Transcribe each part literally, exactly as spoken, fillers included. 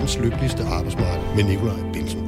verdens lykkeligste arbejdsmarked med Nikolaj Bilsen.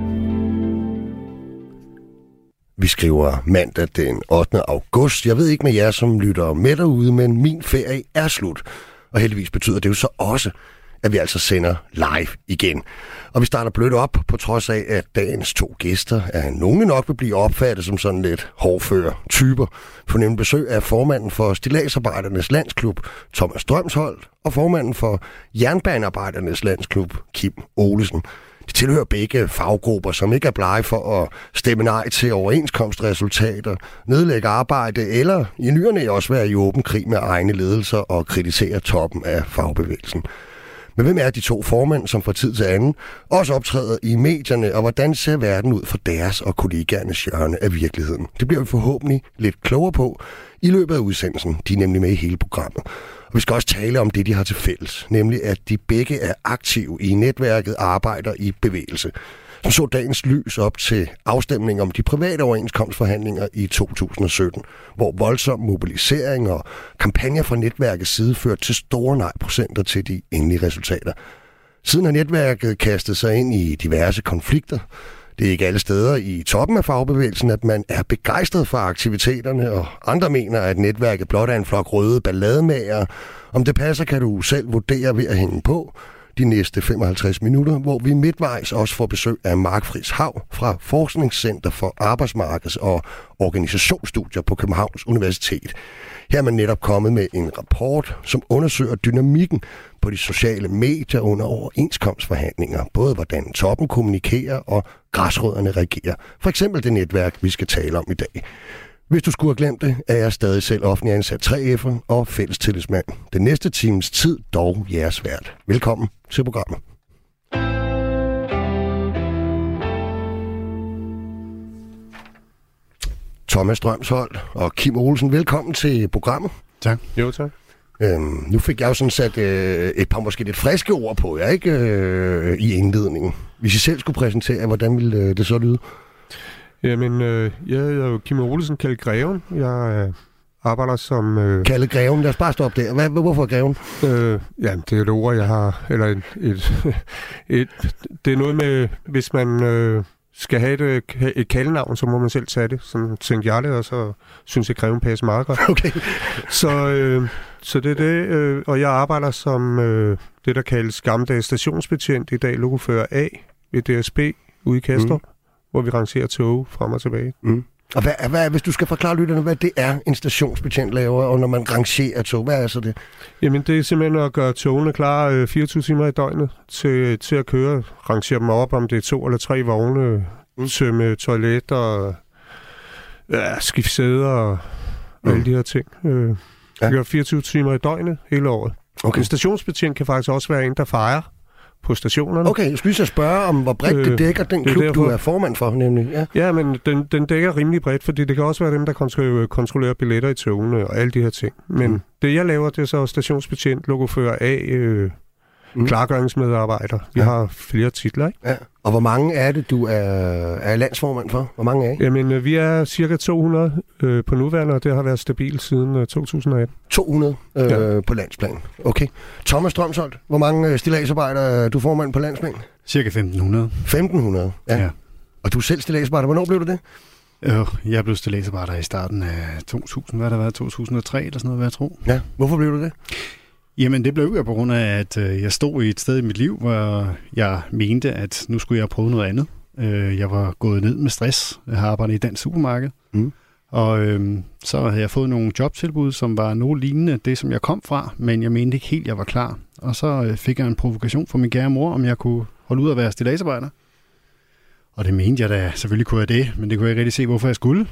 Vi skriver mandag den ottende august. Jeg ved ikke med jer, som lytter med derude, men min ferie er slut. Og heldigvis betyder det jo så også, at vi altså sender live igen. Og vi starter blødt op, på trods af, at dagens to gæster af nogle nok vil blive opfattet som sådan lidt hårdføre typer. For nemlig besøg af formanden for Stilladsarbejdernes Landsklub, Thomas Drømsholt, og formanden for Jernbanearbejdernes Landsklub, Kim Olesen. De tilhører begge faggrupper, som ikke er blege for at stemme nej til overenskomstresultater, nedlægge arbejde eller i nyerne også være i åben krig med egne ledelser og kritisere toppen af fagbevægelsen. Men hvem er de to formænd, som fra tid til anden også optræder i medierne, og hvordan ser verden ud for deres og kollegaernes hjørne af virkeligheden? Det bliver vi forhåbentlig lidt klogere på i løbet af udsendelsen. De er nemlig med i hele programmet. Og vi skal også tale om det, de har til fælles, nemlig at de begge er aktive i netværket Arbejder i Bevægelse, som så dagens lys op til afstemning om de private overenskomstforhandlinger i to tusind og sytten, hvor voldsom mobilisering og kampagner fra netværkets side førte til store nej-procenter til de endelige resultater. Siden har netværket kastet sig ind i diverse konflikter. Det er ikke alle steder i toppen af fagbevægelsen, at man er begejstret for aktiviteterne, og andre mener, at netværket blot er en flok røde ballademager. Om det passer, kan du selv vurdere ved at hænge på de næste femoghalvtreds minutter, hvor vi midtvejs også får besøg af Mark Friis Haug fra Forskningscenter for Arbejdsmarkeds- og Organisationsstudier på Københavns Universitet. Her er man netop kommet med en rapport, som undersøger dynamikken på de sociale medier under overenskomstforhandlinger. Både hvordan toppen kommunikerer og græsrødderne reagerer. For eksempel det netværk, vi skal tale om i dag. Hvis du skulle have glemt det, er jeg stadig selv offentlig ansat tre F'er og fællestillidsmand. Den næste times tid dog jeres vært. Velkommen til programmet. Thomas Drømsholt og Kim Olesen, velkommen til programmet. Tak. Jo, tak. Øhm, nu fik jeg jo sådan sat øh, et par måske lidt friske ord på jer, ikke? Øh, i indledningen. Hvis I selv skulle præsentere, hvordan ville øh, det så lyde? Jamen, øh, jeg hedder jo Kim Olesen, kaldet Greven. Jeg øh, arbejder som... Øh, kaldet Greven? Lad os bare stoppe der. Hvad, hvorfor Greven? Øh, ja, det er et ord, jeg har... Eller et, et, et, det er noget med, hvis man øh, skal have et, et kaldenavn, så må man selv tage det. Sådan tænkte jeg det, og så synes jeg, Greven passer meget godt. Okay. Så, øh, så det er det. Øh, og jeg arbejder som øh, det, der kaldes gammeldags stationsbetjent, i dag logofører A ved D S B ude i Kastrup. Mm. Hvor vi rangerer tog frem og tilbage. Mm. Og hvad, hvad, hvis du skal forklare lytterne, hvad det er, en stationsbetjent laver, og når man rangerer tog, hvad er så det? Jamen, det er simpelthen at gøre togene klar øh, fireogtyve timer i døgnet til, til at køre. Rangere dem op, om det er to eller tre vogne, mm. tømme toiletter, ja, skifte sæder og mm. alle de her ting. Øh, ja. Vi gør fireogtyve timer i døgnet hele året. Okay. En stationsbetjent kan faktisk også være en, der fejrer på stationerne. Okay, jeg skulle lige så spørge om, hvor bredt øh, det dækker den klub, derfor, du er formand for, nemlig. Ja, ja men den, den dækker rimelig bredt, fordi det kan også være dem, der kontrollerer, kontrollerer billetter i togene og alle de her ting. Men mm. det, jeg laver, det er så stationsbetjent, logofører A, øh, mm. klargøringsmedarbejder. Vi ja. har flere titler, ikke? Ja. Og hvor mange er det, du er, er landsformand for? Hvor mange er I? Jamen, vi er cirka to hundrede øh, på nuværende, og det har været stabilt siden øh, to tusind og atten. to hundrede øh, ja. på landsplan. Okay. Thomas Drømsholt, hvor mange stilladsarbejdere er du formand på landsplan? Cirka femten hundrede. femten hundrede, ja. ja. Og du er selv stilladsarbejder. Hvornår blev du det? Øh, jeg blev stilladsarbejder i starten af to tusind, hvad der var, to tusind og tre eller sådan noget, hvad jeg tror. Ja, hvorfor blev du det? Jamen, det blev jeg på grund af, at øh, jeg stod i et sted i mit liv, hvor jeg mente, at nu skulle jeg prøve noget andet. Øh, jeg var gået ned med stress. Jeg har arbejdet i dansk supermarked. Mm. Og øh, så havde jeg fået nogle jobtilbud, som var noget lignende det, som jeg kom fra, men jeg mente ikke helt, jeg var klar. Og så øh, fik jeg en provokation fra min kære mor, om jeg kunne holde ud at være stilladsarbejder. Og det mente jeg da, selvfølgelig kunne jeg det, men det kunne jeg ikke rigtig se, hvorfor jeg skulle.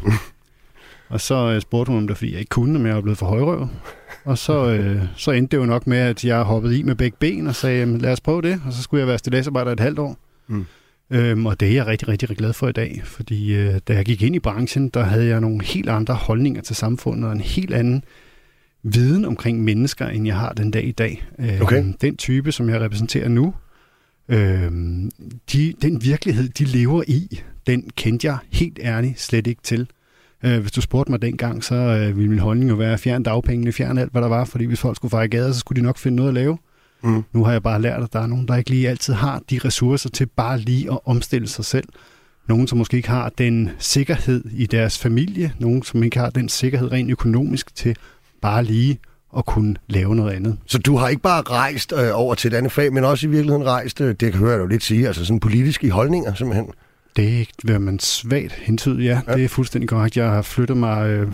Og så øh, spurgte hun om det, fordi jeg ikke kunne, men jeg var blevet for højrøvet. Og så, øh, så endte det jo nok med, at jeg hoppede i med begge ben og sagde, lad os prøve det. Og så skulle jeg være stilladsarbejder et halvt år. Mm. Øhm, og det er jeg rigtig, rigtig, rigtig glad for i dag. Fordi øh, da jeg gik ind i branchen, der havde jeg nogle helt andre holdninger til samfundet, og en helt anden viden omkring mennesker, end jeg har den dag i dag. Øh, okay. Den type, som jeg repræsenterer nu, øh, de, den virkelighed, de lever i, den kendte jeg helt ærligt slet ikke til. Hvis du spurgte mig dengang, så ville min holdning jo være at fjerne dagpengene, fjerne alt, hvad der var, fordi hvis folk skulle fejre gader, så skulle de nok finde noget at lave. Mm. Nu har jeg bare lært, at der er nogen, der ikke lige altid har de ressourcer til bare lige at omstille sig selv. Nogen, som måske ikke har den sikkerhed i deres familie. Nogen, som ikke har den sikkerhed rent økonomisk til bare lige at kunne lave noget andet. Så du har ikke bare rejst øh, over til et andet fag, men også i virkeligheden rejst, øh, det hører jeg jo lidt sige, altså sådan politiske holdninger simpelthen? Det vil man svagt hentyde, ja. ja. Det er fuldstændig korrekt. Jeg har flyttet mig øh,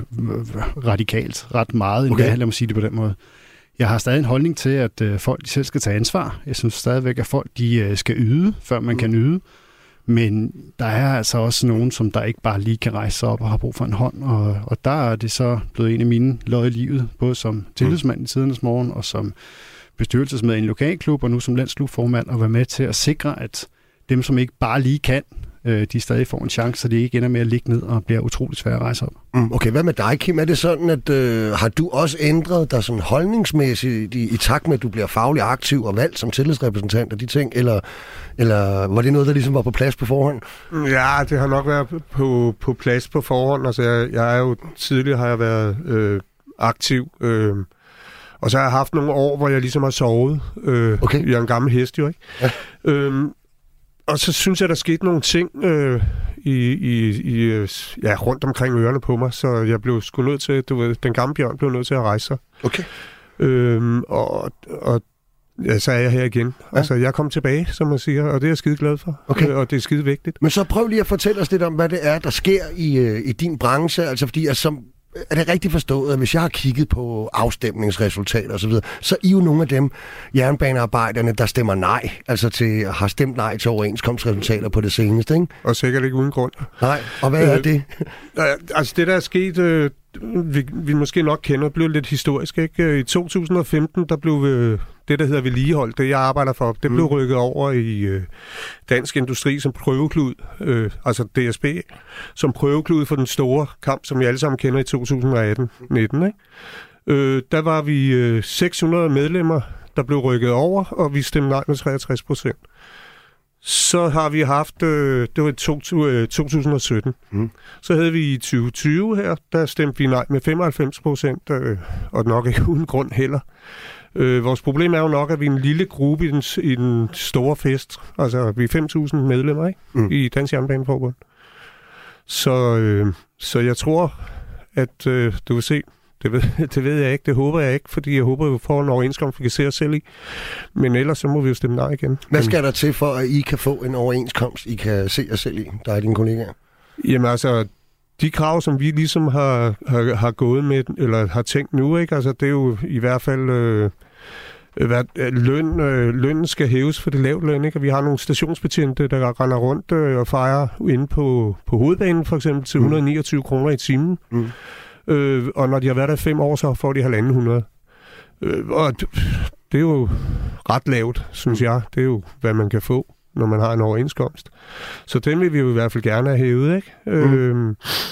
radikalt ret meget, okay. endda, lad mig sige det på den måde. Jeg har stadig en holdning til, at øh, folk de selv skal tage ansvar. Jeg synes stadigvæk, at folk de, øh, skal yde, før man mm. kan yde. Men der er altså også nogen, som der ikke bare lige kan rejse sig op og har brug for en hånd. Og, og der er det så blevet en af mine lod i livet, både som tillidsmand i Tidernes Morgen og som bestyrelsesmed i en lokalklub, og nu som landsklubformand, at være med til at sikre, at dem, som ikke bare lige kan, de stadig får en chance, så de ikke ender med at ligge ned og bliver utroligt svære at rejse op. Mm, okay, hvad med dig, Kim? Er det sådan, at øh, har du også ændret dig sådan holdningsmæssigt i, i takt med, at du bliver faglig aktiv og valgt som tillidsrepræsentant og de ting, eller, eller var det noget, der ligesom var på plads på forhånd? Ja, det har nok været på, på plads på forhånd. Altså, jeg, jeg er jo tidligere har jeg været øh, aktiv, øh, og så har jeg haft nogle år, hvor jeg ligesom har sovet. Øh, okay. Jeg er en gammel hest jo, ikke? Ja. Øh, Og så synes jeg, der skete nogle ting øh, i, i, i, ja, rundt omkring ørerne på mig, så jeg blev sgu nødt til, du ved, den gamle bjørn blev nødt til at rejse sig. Okay. Øhm, og, og ja, så er jeg her igen. Ja. Altså, jeg kom tilbage, som man siger, og det er jeg skide glad for. Okay. Og det er skide vigtigt. Men så prøv lige at fortælle os lidt om, hvad det er, der sker i, i din branche, altså fordi jeg som... Er det rigtigt forstået, at hvis jeg har kigget på afstemningsresultater osv., så, så er I jo nogle af dem jernbanearbejderne, der stemmer nej, altså til, har stemt nej til overenskomstresultater på det seneste, ikke? Og sikkert ikke uden grund. Nej, og hvad øh, er det? Altså det, der er sket, øh, vi, vi måske nok kender, blev lidt historisk, ikke? I to tusind og femten, der blev øh, det, der hedder vedligehold, det jeg arbejder for, det mm. blev rykket over i øh, Dansk Industri som prøveklud, øh, altså D S B, som prøveklud for den store kamp, som vi alle sammen kender i to tusind og atten nitten, ikke? Øh, der var vi øh, seks hundrede medlemmer, der blev rykket over, og vi stemte nej med treogtres procent. Så har vi haft, øh, det var i to tusind og sytten, mm. så havde vi i tyve tyve her, der stemte vi nej med femoghalvfems procent, øh, og nok ikke uden grund heller. Øh, vores problem er jo nok, at vi er en lille gruppe i den, i den store fest. Altså, vi er fem tusind medlemmer, ikke? Mm. I Dansk Jernbaneforbund. Så, øh, så jeg tror, at øh, du vil se, det ved, det ved jeg ikke, det håber jeg ikke, fordi jeg håber, at vi får en overenskomst, vi kan se os selv i. Men ellers så må vi jo stemme nej igen. Hvad skal der til for, at I kan få en overenskomst, I kan se jer selv i, der er dine kollegaer? Jamen altså, de krav, som vi ligesom har, har, har gået med, eller har tænkt nu, ikke? Altså, det er jo i hvert fald... Øh, Hvad, løn, øh, lønnen skal hæves for det lavt løn, ikke? Og vi har nogle stationsbetjente, der render rundt øh, og fejrer inde på, på hovedbanen, for eksempel til et hundrede og niogtyve kroner i timen. Mm. Øh, og når de har været der fem år, så får de halvanden hundrede. Øh, og det, det er jo ret lavt, synes jeg. Det er jo, hvad man kan få, når man har en overenskomst. Så den vil vi jo i hvert fald gerne have hævet, ikke? Mm. Øh,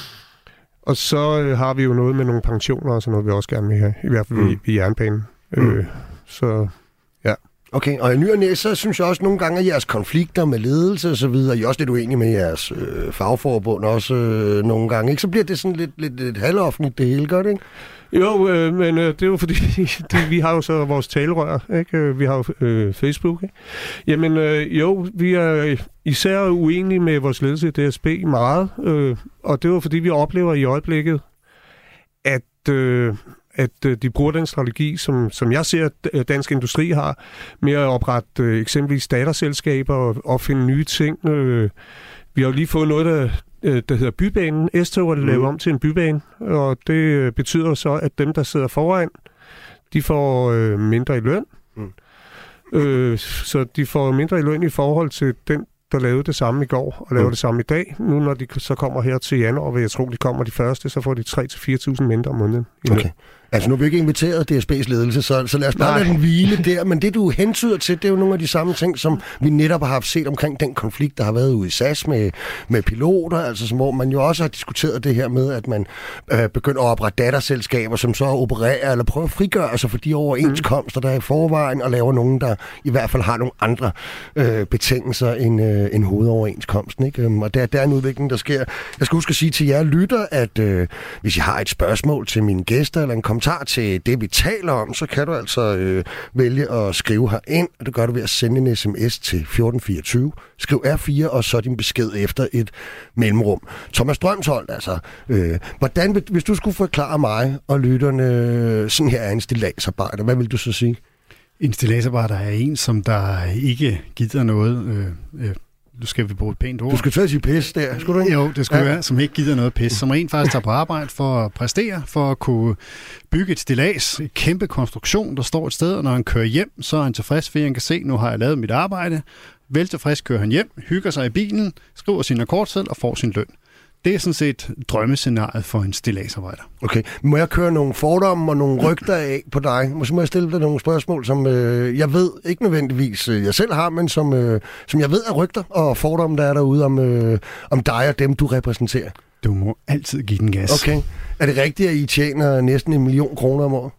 og så øh, har vi jo noget med nogle pensioner, og sådan noget vi også gerne vil have, i hvert fald mm. i, i jernbanen. Mm. Øh, Så, ja. Okay, og i ny og næ, så synes jeg også nogle gange, at jeres konflikter med ledelse og så videre, I er også lidt uenige med jeres øh, fagforbund også øh, nogle gange, ikke? Så bliver det sådan lidt, lidt, lidt halvoffentligt det hele, gør det, ikke? Jo, øh, men øh, det er jo fordi, det, vi har jo så vores talerør, ikke? Vi har jo øh, Facebook, ikke? Jamen øh, jo, vi er især uenige med vores ledelse i D S B meget, øh, og det er jo fordi, vi oplever i øjeblikket, at... Øh, at øh, de bruger den strategi, som, som jeg ser, at Dansk Industri har, med at oprette øh, eksempelvis datterselskaber og opfinde nye ting. Øh, vi har jo lige fået noget, der, øh, der hedder Bybanen. S-tog er det lavet om til en bybane, og det øh, betyder så, at dem, der sidder foran, de får øh, mindre i løn. Mm. Øh, så de får mindre i løn i forhold til den, der lavede det samme i går, og laver mm. det samme i dag. Nu, når de så kommer her til januar, vil jeg tro, de kommer de første, så får de tre til fire tusind mindre om måneden. Okay. Altså, nu er vi ikke inviteret D S B's ledelse, så, så lad os bare Nej. lade den hvile der. Men det, du hentyder til, det er jo nogle af de samme ting, som vi netop har haft set omkring den konflikt, der har været ude i S A S med, med piloter, altså hvor man jo også har diskuteret det her med, at man øh, begynder at oprette datterselskaber, som så opererer eller prøver at frigøre sig for de overenskomster, der er i forvejen, og laver nogen, der i hvert fald har nogle andre øh, betingelser end, øh, end hovedoverenskomsten, ikke? Og der, der er en udvikling, der sker. Jeg skal huske at sige til jer lytter, at øh, hvis I har et spørgsmål til mine gæster, eller en kommentar kommentar til det, vi taler om, så kan du altså øh, vælge at skrive herind, og det gør du ved at sende en sms til fjorten fireogtyve. Skriv R fire, og så din besked efter et mellemrum. Thomas Drømsholt, altså, øh, hvordan, hvis du skulle forklare mig og lytterne, sådan her er en stilladsarbejder, hvad vil du så sige? En stilladsarbejder er en, som der ikke gider noget... Øh, øh, Nu skal vi bruge et pænt ord. Du skal til at sige pis der, skulle du ikke? Jo, det skulle ja. være, som ikke gider noget pis. Som rent faktisk tager på arbejde for at præstere, for at kunne bygge et stillads, et kæmpe konstruktion, der står et sted, og når han kører hjem, så er han tilfreds, fordi han kan se, nu har jeg lavet mit arbejde. Vel tilfreds kører han hjem, hygger sig i bilen, skriver sin akkordseddel og får sin løn. Det er sådan set drømmescenariet for en stilladsarbejder. Okay. Må jeg køre nogle fordomme og nogle rygter af på dig? Måske må jeg stille dig nogle spørgsmål, som øh, jeg ved, ikke nødvendigvis øh, jeg selv har, men som, øh, som jeg ved er rygter og fordomme, der er derude om, øh, om dig og dem, du repræsenterer. Du må altid give den gas. Okay. Er det rigtigt, at I tjener næsten en million kroner om året?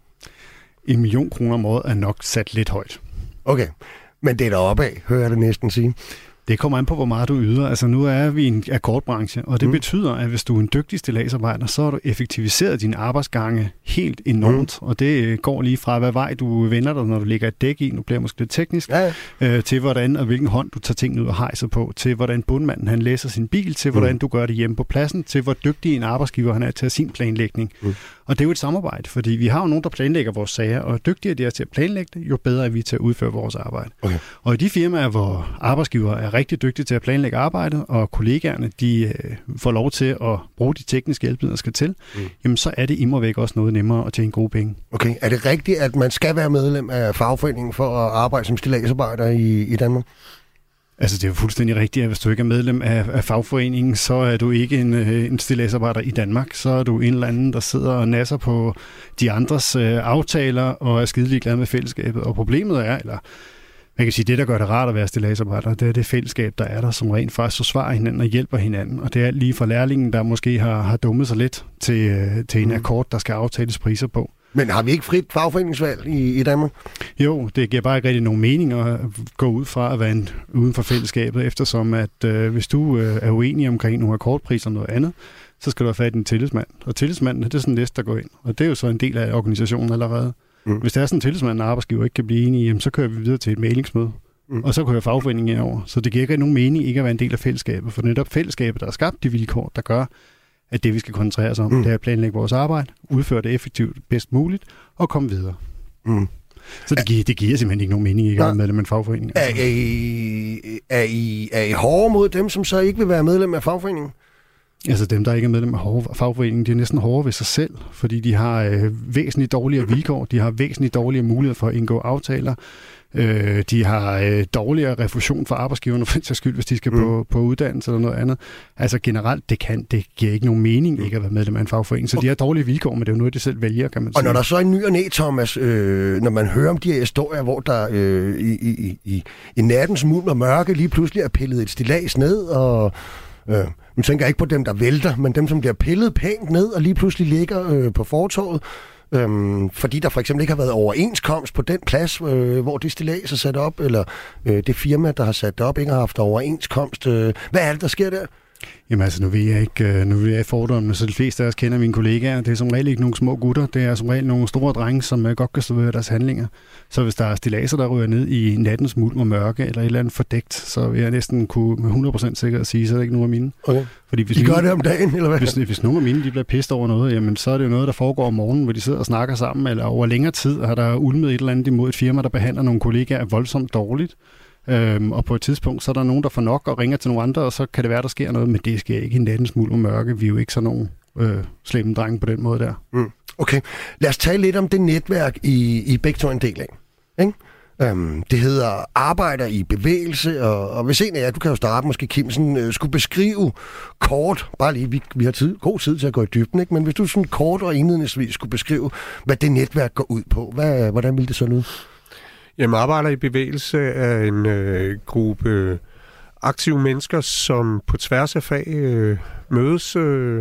En million kroner om året er nok sat lidt højt. Okay. Men det er deroppe af, hører jeg det næsten sige. Det kommer an på, hvor meget du yder. Altså nu er vi i en akkordbranche, og det mm. betyder, at hvis du er en dygtig stilladsarbejder, så har du effektiviseret dine arbejdsgange helt enormt, mm. og det går lige fra, hvad vej du vender dig, når du lægger et dæk i, nu bliver måske lidt teknisk, ja, ja. Øh, til hvordan og hvilken hånd du tager tingene ud og hejser på, til hvordan bundmanden han læser sin bil, til hvordan mm. du gør det hjemme på pladsen, til hvor dygtig en arbejdsgiver han er til at sin planlægning. Mm. Og det er jo et samarbejde, fordi vi har jo nogen, der planlægger vores sager, og dygtigere de er til at planlægge det, jo bedre er vi til at udføre vores arbejde. Okay. Og i de firmaer, hvor arbejdsgiver er rigtig dygtige til at planlægge arbejdet, og kollegaerne de øh, får lov til at bruge de tekniske hjælpemidler, der skal til, mm. jamen så er det immervæk også noget nemmere at tjene gode penge. Okay, er det rigtigt, at man skal være medlem af fagforeningen for at arbejde som stilladsarbejder i, i Danmark? Altså det er jo fuldstændig rigtigt, at hvis du ikke er medlem af, af fagforeningen, så er du ikke en, en stilladsarbejder i Danmark. Så er du en eller anden, der sidder og nasser på de andres øh, aftaler og er skidelig glad med fællesskabet. Og problemet er, eller man kan sige, det der gør det rart at være stilladsarbejder, det er det fællesskab, der er der, som rent faktisk forsvarer hinanden og hjælper hinanden. Og det er lige fra lærlingen, der måske har, har dummet sig lidt til, øh, til en akkord, der skal aftales priser på. Men har vi ikke frit fagforeningsvalg i, i Danmark? Jo, det giver bare ikke rigtig nogen mening at gå ud fra at være en, uden for fællesskabet, eftersom at øh, hvis du øh, er uenig omkring nogle akkordpriser og noget andet, så skal du have fat i en tillidsmand. Og tillidsmanden, det er sådan en liste, der går ind. Og det er jo så en del af organisationen allerede. Mm. Hvis der er sådan en tillidsmand, og arbejdsgiver ikke kan blive enige, jamen, så kører vi videre til et mailingsmøde. Mm. Og så kører fagforeningen over. Så det giver ikke nogen mening ikke at være en del af fællesskabet, for netop fællesskabet, der har skabt de vilkår, der gør, at det, vi skal koncentrere os om, mm. det er at planlægge vores arbejde, udføre det effektivt bedst muligt, og komme videre. Mm. Så det giver, det giver simpelthen ikke nogen mening ikke at være medlem af en fagforening. Altså. Er, I, er, I, er I hårde mod dem, som så ikke vil være medlem af fagforeningen? Altså dem, der ikke er medlem af fagforeningen, de er næsten hårdere ved sig selv, fordi de har øh, væsentligt dårligere vilkår, de har væsentligt dårligere muligheder for at indgå aftaler, øh, de har øh, dårligere refusion for arbejdsgiverne, for til skyld, hvis de skal mm. på, på uddannelse eller noget andet. Altså generelt, det, kan, det giver ikke nogen mening ikke at være medlem af en fagforening, så de har dårlige vilkår, men det er jo noget, de selv vælger, kan man sige. Og når der så er en ny og næ, Thomas, øh, når man hører om de her historier, hvor der øh, i, i, i, i nattens mulm og mørke lige pludselig er pillet et stillads ned, og Øh, man tænker ikke på dem, der vælter, men dem, som bliver pillet pænt ned og lige pludselig ligger øh, på fortovet, øh, fordi der for eksempel ikke har været overenskomst på den plads, øh, hvor det stillads er sat op, eller øh, det firma, der har sat det op, ikke har haft overenskomst. Øh, hvad er det, der sker der? Jamen altså, nu vil jeg ikke, nu vil jeg i fordommene, så de fleste af os kender mine kollegaer. Det er som regel ikke nogle små gutter, det er som regel nogle store drenge, som godt kan stå ved deres handlinger. Så hvis der er stilladser, der ryger ned i nattens mulm og mørke, eller et eller andet fordækt, så vil jeg næsten kunne med hundrede procent sikkert sige, så er det ikke nogen af mine. Okay. Fordi hvis de mine, gør det om dagen, eller hvad? Hvis, hvis nogle af mine de bliver pissed over noget, jamen så er det jo noget, der foregår om morgenen, hvor de sidder og snakker sammen, eller over længere tid har der ulmet et eller andet imod et firma, der behandler nogle kollegaer voldsomt dårligt. Øhm, og på et tidspunkt, så er der nogen, der får nok og ringer til nogle andre, og så kan det være, der sker noget, men det sker ikke i nattens mulm og mørke. Vi er jo ikke sådan nogle øh, slemme drenge på den måde der. Mm. Okay, lad os tale lidt om det netværk, I, I begge to en del af. Ikke? Øhm, det hedder Arbejder i Bevægelse, og, og hvis en af jer, du kan jo starte måske, Kim, sådan, øh, skulle beskrive kort, bare lige, vi, vi har tid, god tid til at gå i dybden, ikke? Men hvis du sådan kort og indledningsvis skulle beskrive, hvad det netværk går ud på, hvad, hvordan ville det så lyde? Jamen, Arbejder i Bevægelse er en øh, gruppe aktive mennesker, som på tværs af fag øh, mødes, øh,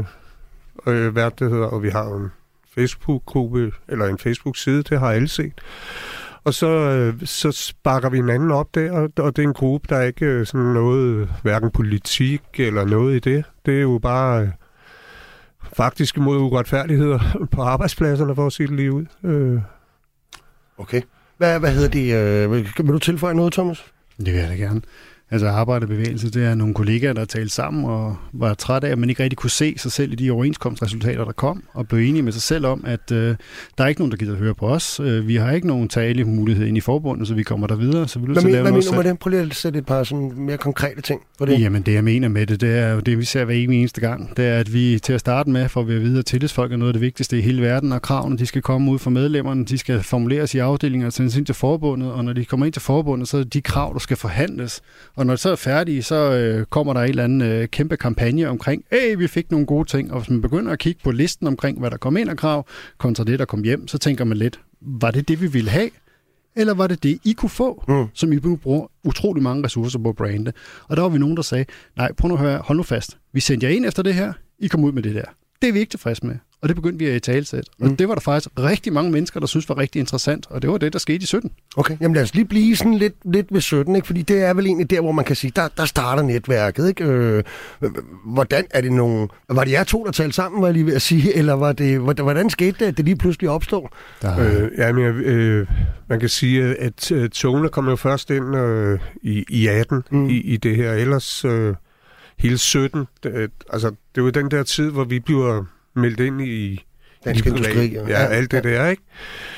øh, hvad det hedder, og vi har en Facebook-gruppe, eller en Facebook-side, det har alle set. Og så, øh, så sparker vi hinanden op der, og, og det er en gruppe, der er ikke øh, sådan noget, hverken politik eller noget i det. Det er jo bare øh, faktisk mod uretfærdigheder på arbejdspladserne, for at sige det lige ud. Øh. Okay. Hvad, hvad hedder det? Øh, vil du tilføje noget, Thomas? Det vil jeg da gerne. Altså arbejderbevægelse, det er nogle kollegaer, der talte sammen og var trætte af, at man ikke rigtig kunne se sig selv i de overenskomstresultater, der kom, og blev enige med sig selv om, at øh, der er ikke nogen, der gider at høre på os. Øh, vi har ikke nogen talemulighed ind i forbundet, så vi kommer der videre. Så vi hvad men, hvad mener du med det? Prøv lige at sætte et par sådan mere konkrete ting på det. Jamen det, jeg mener med det, det er jo det, vi ser hver eneste gang. Det er, at vi til at starte med får vi at vide, at tillidsfolk er noget af det vigtigste i hele verden, og kravene, de skal komme ud fra medlemmerne, de skal formuleres i afdelinger og sendes ind til forbundet, og når de kommer ind til forbundet, så er det de krav, der skal forhandles. Og når det så er færdige, så øh, kommer der en eller anden øh, kæmpe kampagne omkring, hey, vi fik nogle gode ting. Og hvis man begynder at kigge på listen omkring, hvad der kom ind af krav, kontra det, der kom hjem, så tænker man lidt, var det det, vi ville have? Eller var det det, I kunne få, mm. som I nu bruger utrolig mange ressourcer på at brande? Og der var vi nogen, der sagde, nej, prøv nu at høre, hold nu fast. Vi sendte jer ind efter det her, I kom ud med det der. Det er vi ikke tilfredse med. Og det begyndte vi at italesætte. Og mm. det var der faktisk rigtig mange mennesker, der synes var rigtig interessant. Og det var det, der skete i sytten. Okay, jamen lad os lige blive sådan lidt, lidt ved sytten, ikke? Fordi det er vel egentlig der, hvor man kan sige, der, der starter netværket, ikke? Øh, hvordan er det nogle... Var det jer to, der talte sammen, var jeg lige ved at sige? Eller var det, hvordan skete det, at det lige pludselig opstod? Der... Øh, ja, men, øh, man kan sige, at uh, togene kom jo først ind øh, i, i atten mm. i, i det her. Ellers øh, hele sytten, det, altså det var den der tid, hvor vi bliver... meldt ind i dansk industri. Ja, ja, alt det der, ikke?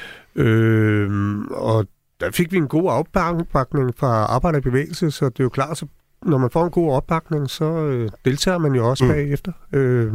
Øh, og der fik vi en god opbakning fra arbejderbevægelse, så det er jo klart, så når man får en god opbakning, så øh, deltager man jo også mm. bagefter. Øh,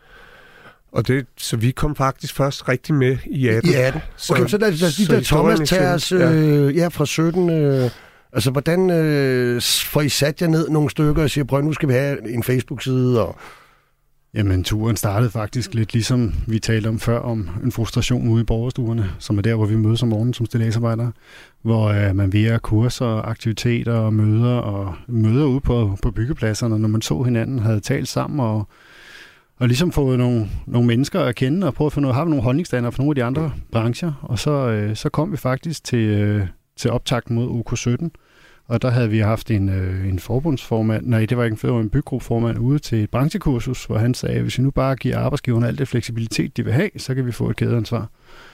og det, så vi kom faktisk først rigtig med i atten. I atten. Okay, så, så lad os lige der Thomas tager os øh, ja, fra sytten... Øh, altså, hvordan øh, får I sat jer ned nogle stykker og siger, prøv, nu skal vi have en Facebook-side og... Jamen, turen startede faktisk lidt ligesom vi talte om før, om en frustration ude i borgerstuerne, som er der, hvor vi mødes om morgenen som stilladsarbejdere, hvor øh, man via kurser, aktiviteter og møder og møder ude på, på byggepladserne, når man så hinanden, havde talt sammen og, og ligesom fået nogle, nogle mennesker at kende og prøvet at få noget, har vi nogle holdningsstandere for nogle af de andre brancher, og så, øh, så kom vi faktisk til, øh, til optakten mod U K sytten. Og der havde vi haft en, øh, en forbundsformand, nej, det var ikke en, det var en byggruppeformand ude til et branchekursus, hvor han sagde, at hvis vi nu bare giver arbejdsgiverne alt det fleksibilitet, de vil have, så kan vi få et kædeansvar.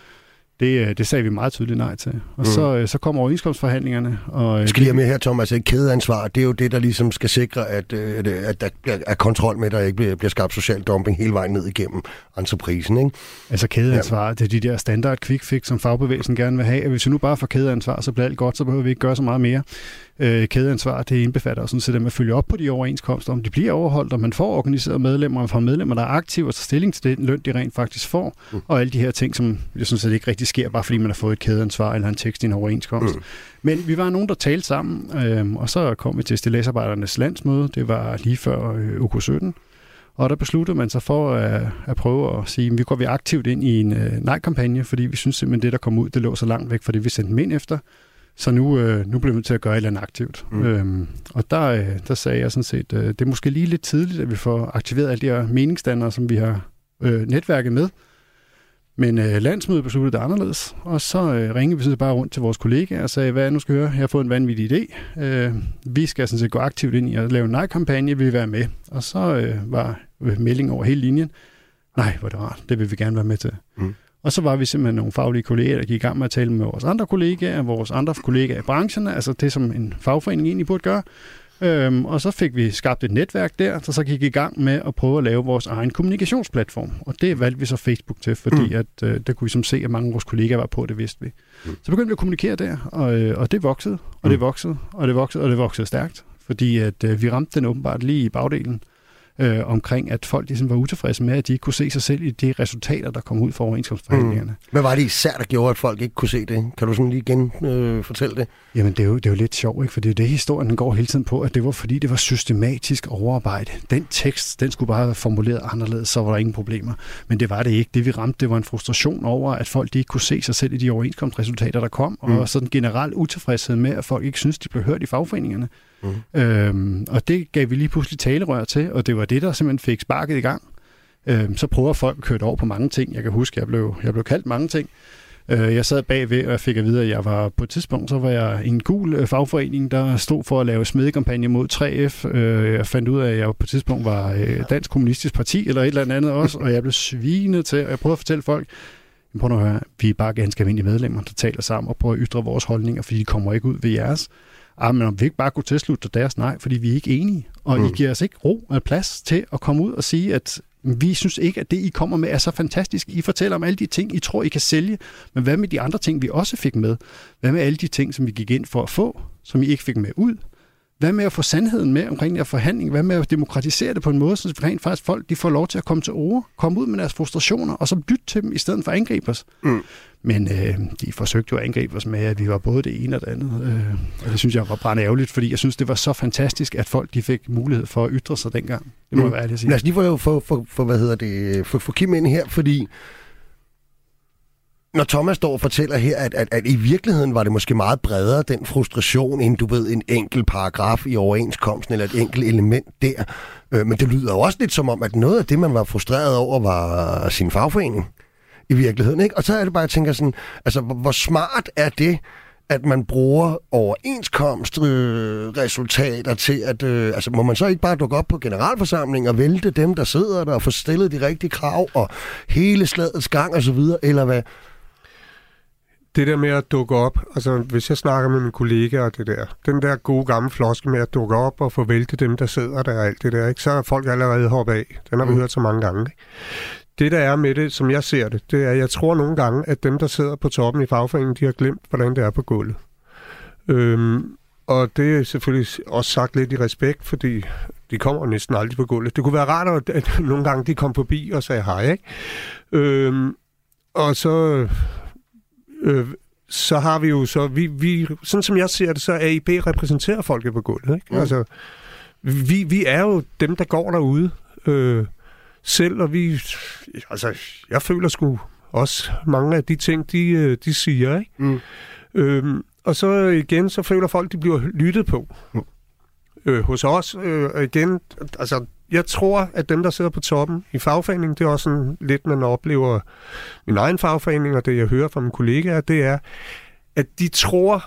Det, det sagde vi meget tydeligt nej til. Og mm. så, så kom overenskomstforhandlingerne. Og jeg skal lige have med her, Thomas, et kædeansvar, det er jo det, der ligesom skal sikre, at, at, at der er kontrol med, at der ikke bliver, bliver skabt social dumping hele vejen ned igennem entreprisen, ikke? Altså kædeansvar, ja. Det er de der standard quick fix, som fagbevægelsen gerne vil have. Hvis vi nu bare får kædeansvar, så bliver alt godt, så behøver vi ikke gøre så meget mere. Øh, kædeansvar, det indbefatter sådan set, at man følger op på de overenskomster, om de bliver overholdt, og man får organiseret medlemmer, og får medlemmer, der er aktive og tager stilling til den løn, de rent faktisk får, mm. og alle de her ting, som jeg synes, at det ikke rigtig sker, bare fordi man har fået et kædeansvar eller en tekst i en overenskomst. Mm. Men vi var nogen, der talte sammen, øh, og så kom vi til stilladsarbejdernes landsmøde, det var lige før øh, U K sytten, og der besluttede man sig for at, at prøve at sige, at vi går vi aktivt ind i en øh, nej-kampagne, fordi vi synes simpelthen, det der kom ud, det lå så langt væk fra det, vi sendte dem ind efter. Så nu, øh, nu bliver vi til at gøre et eller andet aktivt. Mm. Øhm, og der, øh, der sagde jeg sådan set, øh, det er måske lige lidt tidligt, at vi får aktiveret alle de her meningsdannere, som vi har øh, netværket med. Men øh, landsmødet besluttede det anderledes, og så øh, ringede vi sådan bare rundt til vores kollegaer og sagde, hvad nu skal høre, jeg har fået en vanvittig idé. Øh, vi skal sådan set gå aktivt ind i at lave en nej-kampagne, vi vil være med. Og så øh, var meldingen over hele linjen, nej, hvor det rart, det vil vi gerne være med til. Mm. Og så var vi simpelthen nogle faglige kolleger, der gik i gang med at tale med vores andre kollegaer, vores andre kollegaer i brancherne, altså det, som en fagforening egentlig burde gøre. Øhm, og så fik vi skabt et netværk der, der så gik i gang med at prøve at lave vores egen kommunikationsplatform. Og det valgte vi så Facebook til, fordi mm. at, øh, der kunne vi som se, at mange af vores kollegaer var på, det vidste vi. Mm. Så begyndte vi at kommunikere der, og, øh, og det voksede, og mm. det voksede, og det voksede, og det voksede stærkt. Fordi at øh, vi ramte den åbenbart lige i bagdelen. Øh, omkring, at folk ligesom var utilfredse med, at de ikke kunne se sig selv i de resultater, der kom ud fra overenskomstforhandlingerne. Mm. Hvad var det især, der gjorde, at folk ikke kunne se det? Kan du sådan lige igen øh, fortælle det? Jamen, det er, jo, det er jo lidt sjovt, ikke? For det er det, historien den går hele tiden på, at det var fordi, det var systematisk overarbejde. Den tekst, den skulle bare være formuleret anderledes, så var der ingen problemer. Men det var det ikke. Det vi ramte, det var en frustration over, at folk de ikke kunne se sig selv i de overenskomstresultater, der kom, mm. og sådan generelt utilfredshed med, at folk ikke synes, de blev hørt i fagforeningerne. Mm. Øhm, og det gav vi lige pludselig talerør til, og det var det, der simpelthen fik sparket i gang. Øhm, så prøver folk at køre over på mange ting. Jeg kan huske, jeg blev, jeg blev kaldt mange ting. Jeg sad bagved, og jeg fik at vide, at jeg var på et tidspunkt, så var jeg i en gul fagforening, der stod for at lave smedekampagne mod tre F. Jeg fandt ud af, at jeg på et tidspunkt var Dansk Kommunistisk Parti, eller et eller andet også, og jeg blev svinet til, og jeg prøvede at fortælle folk, prøv at høre, vi er bare ganske almindelige medlemmer, der taler sammen og prøver at ytre vores holdninger, fordi de kommer ikke ud ved jeres. Ah, men om vi ikke bare kunne tilslutte deres nej, fordi vi er ikke enige, og mm. I giver os ikke ro og plads til at komme ud og sige, at vi synes ikke, at det, I kommer med, er så fantastisk. I fortæller om alle de ting, I tror, I kan sælge, men hvad med de andre ting, vi også fik med? Hvad med alle de ting, som vi gik ind for at få, som I ikke fik med ud? Hvad med at få sandheden med omkring den her forhandling? Hvad med at demokratisere det på en måde, så rent faktisk folk de får lov til at komme til ord, komme ud med deres frustrationer, og så lytte til dem, i stedet for at angribe os? Mm. Men øh, de forsøgte jo at angribe os med, at vi var både det ene og det andet. Øh, og det synes jeg var brændt ærgerligt, fordi jeg synes, det var så fantastisk, at folk de fik mulighed for at ytre sig dengang. Det må mm. jeg være ærlig at sige. Lad os lige få, for, for, for, hvad hedder det, for, for Kim ind her, fordi når Thomas står og fortæller her, at, at, at i virkeligheden var det måske meget bredere, den frustration, end du ved, en enkelt paragraf i overenskomsten, eller et enkelt element der. Øh, men det lyder jo også lidt som om, at noget af det, man var frustreret over, var sin fagforening i virkeligheden, ikke? Og så er det bare, jeg tænker sådan, altså, hvor, hvor smart er det, at man bruger overenskomstresultater øh, til at, øh, altså må man så ikke bare dukke op på generalforsamling og vælte dem, der sidder der og få stillet de rigtige krav og hele slagets gang og så videre, eller hvad? Det der med at dukke op, altså hvis jeg snakker med mine kollegaer og det der, den der gode gamle floske med at dukke op og få væltet dem, der sidder der og alt det der, ikke? Så er folk allerede hoppet af. Den har vi mm. hørt så mange gange, ikke? Det, der er med det, som jeg ser det, det er, jeg tror nogle gange, at dem, der sidder på toppen i fagforeningen, de har glemt, hvordan det er på gulvet. Øhm, og det er selvfølgelig også sagt lidt i respekt, fordi de kommer næsten aldrig på gulvet. Det kunne være rart, at, at nogle gange de kom forbi og sagde hej, ikke? Øhm, og så... Øh, så har vi jo så... Vi, vi, sådan som jeg ser det, så A I B repræsenterer folket på gulvet, ikke? Mm. Altså, vi, vi er jo dem, der går derude... Øh, selv, og vi, altså, jeg føler sgu også mange af de ting, de, de siger, ikke? Mm. Øhm, og så igen, så føler folk, de bliver lyttet på. Mm. Øh, hos os, øh, igen, altså, jeg tror, at dem, der sidder på toppen i fagforeningen, det er også sådan lidt, man oplever min egen fagforening, og det, jeg hører fra mine kollegaer, det er, at de tror,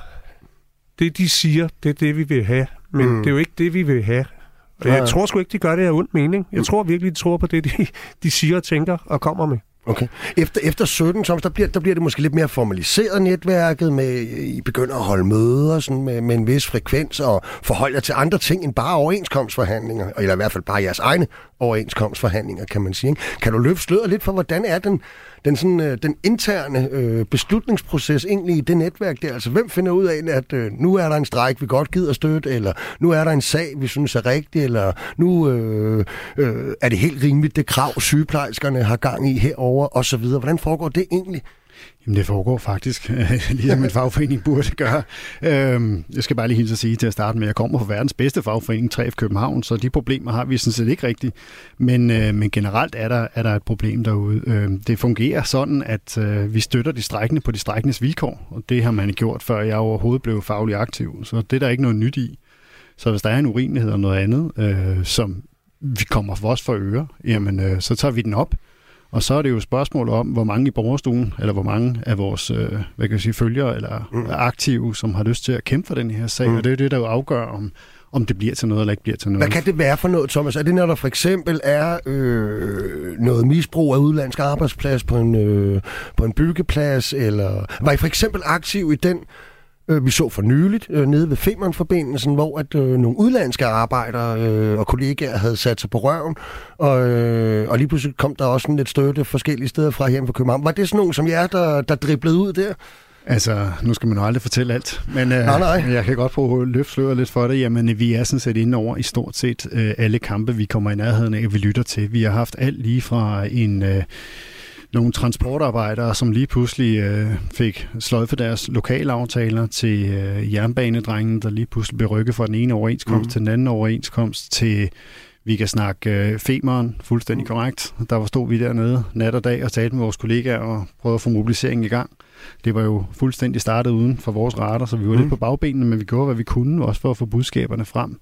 det de siger, det er det, vi vil have, men mm. det er jo ikke det, vi vil have. Ja. Jeg tror sgu ikke, de gør det af ond mening. Jeg tror virkelig, de tror på det, de, de siger, tænker og kommer med. Okay. Efter, efter sytten, Thomas, der bliver, der bliver det måske lidt mere formaliseret netværket, med I begynder at holde møder sådan med, med en vis frekvens og forholde jer til andre ting end bare overenskomstforhandlinger, eller i hvert fald bare jeres egne overenskomstforhandlinger, kan man sige. Ikke? Kan du løfte sløret lidt for, hvordan er den, den, sådan, den interne øh, beslutningsproces egentlig i det netværk der? Altså, hvem finder ud af, at øh, nu er der en strejk, vi godt gider støtte, eller nu er der en sag, vi synes er rigtig, eller nu øh, øh, er det helt rimeligt, det krav, sygeplejerskerne har gang i herover og så videre. Hvordan foregår det egentlig? Jamen, det foregår faktisk, lige som en fagforening burde gøre. Øhm, jeg skal bare lige hilse at sige til at starte med, at jeg kommer fra verdens bedste fagforening, tre F København, så de problemer har vi sådan set ikke rigtigt. Men, øh, men generelt er der, er der et problem derude. Øh, det fungerer sådan, at øh, vi støtter de strejkende på de strejkendes vilkår, og det har man gjort, før jeg overhovedet blev faglig aktiv. Så det er der ikke noget nyt i. Så hvis der er en urimelighed og noget andet, øh, som vi kommer for os for øre, jamen øh, så tager vi den op. Og så er det jo et spørgsmål om, hvor mange i borgerstuen, eller hvor mange af vores øh, hvad kan jeg sige, følgere eller mm. aktive, som har lyst til at kæmpe for den her sag. Mm. Og det er jo det, der jo afgør, om, om det bliver til noget eller ikke bliver til noget. Hvad kan det være for noget, Thomas? Er det, når der for eksempel er øh, noget misbrug af udenlandsk arbejdsplads på en, øh, på en byggeplads, eller var I for eksempel aktiv i den, øh, vi så for nyligt, øh, nede ved Femern-forbindelsen, hvor at øh, nogle udlandske arbejdere øh, og kollegaer havde sat sig på røven, og, øh, og lige pludselig kom der også sådan lidt støtte forskellige steder fra hjemme fra København. Var det sådan nogen som jer, der, der driblede ud der? Altså, nu skal man jo aldrig fortælle alt, men øh, nej, nej. jeg kan godt prøve at løfte sløret lidt for det. Jamen, vi er sådan set inde over i stort set øh, alle kampe, vi kommer i nærheden af, vi lytter til. Vi har haft alt lige fra en... Øh, nogle transportarbejdere, som lige pludselig øh, fik sløjfet deres lokalaftaler, til øh, jernbanedrengen, der lige pludselig blev rykket fra den ene overenskomst mm. til den anden overenskomst, til Vi kan snakke øh, Femern, fuldstændig korrekt. Der var stod vi dernede nat og dag og talte med vores kollegaer og prøvede at få mobiliseringen i gang. Det var jo fuldstændig startet uden for vores radar, så vi var mm. lidt på bagbenene, men vi gjorde, hvad vi kunne, også for at få budskaberne frem.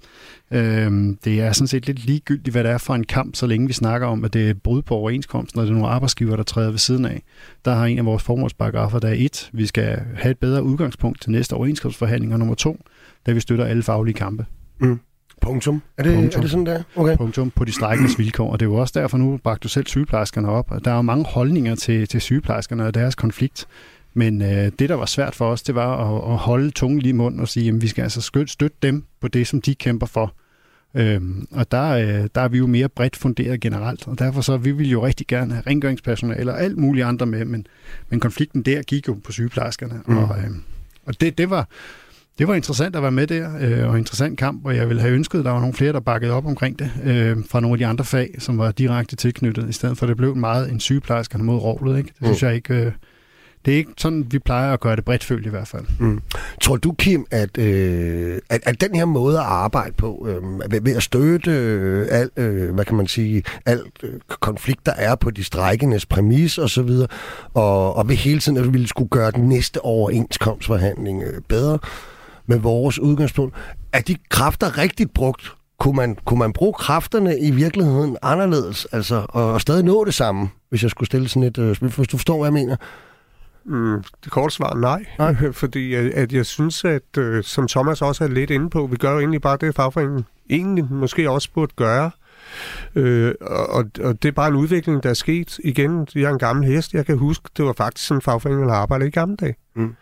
Øhm, det er sådan set lidt ligegyldigt, hvad det er for en kamp, så længe vi snakker om, at det er brud på overenskomsten, og det er nogle arbejdsgiver, der træder ved siden af. Der har en af vores formålsparagrafer, der er et, vi skal have et bedre udgangspunkt til næste overenskomstforhandling, og nummer to, da vi støtter alle faglige kampe. Mm. Punktum. Er det, Punktum. Er det sådan der? Okay. Punktum på de strejkendes vilkår, og det er jo også derfor, nu bragte du selv sygeplejerskerne op, og der er jo mange holdninger til, til sygeplejerskerne og deres konflikt. Men øh, det, der var svært for os, det var at, at holde tungen lige i munden og sige, at vi skal altså støtte dem på det, som de kæmper for. Øhm, og der, øh, der er vi jo mere bredt funderet generelt, og derfor så vi vil jo rigtig gerne have rengøringspersonale og alt muligt andre med, men, men konflikten der gik jo på sygeplejerskerne. Mm. Og, øh, og det, det, var, det var interessant at være med der, øh, og interessant kamp, og jeg ville have ønsket, at der var nogle flere, der bakkede op omkring det, øh, fra nogle af de andre fag, som var direkte tilknyttet, i stedet for det blev meget en sygeplejerskerne mod rovlet. Ikke? Det synes mm. jeg ikke... Øh, Det er ikke sådan, vi plejer at gøre det bredt følt i hvert fald. Mm. Tror du, Kim, at, øh, at, at den her måde at arbejde på, øh, ved, ved at støtte øh, al, øh, hvad kan man sige, al øh, konflikt, der er på de strejkendes præmis og så videre, og, og ved hele tiden, at vi ville skulle gøre den næste overenskomstforhandling øh, bedre med vores udgangspunkt, er de kræfter rigtigt brugt? Kunne man, kunne man bruge kræfterne i virkeligheden anderledes, altså, og, og stadig nå det samme, hvis jeg skulle stille sådan et øh, spil, hvis du forstår, hvad jeg mener? Mm, det korte svar nej, nej. Fordi at, at jeg synes, at øh, som Thomas også er lidt inde på, vi gør jo egentlig bare det, fagforeningen egentlig måske også burde gøre. Øh, og, og det er bare en udvikling, der er sket. Igen, jeg er en gammel hest, jeg kan huske, det var faktisk sådan en fagforening, der arbejdede i gamle dage. Mm.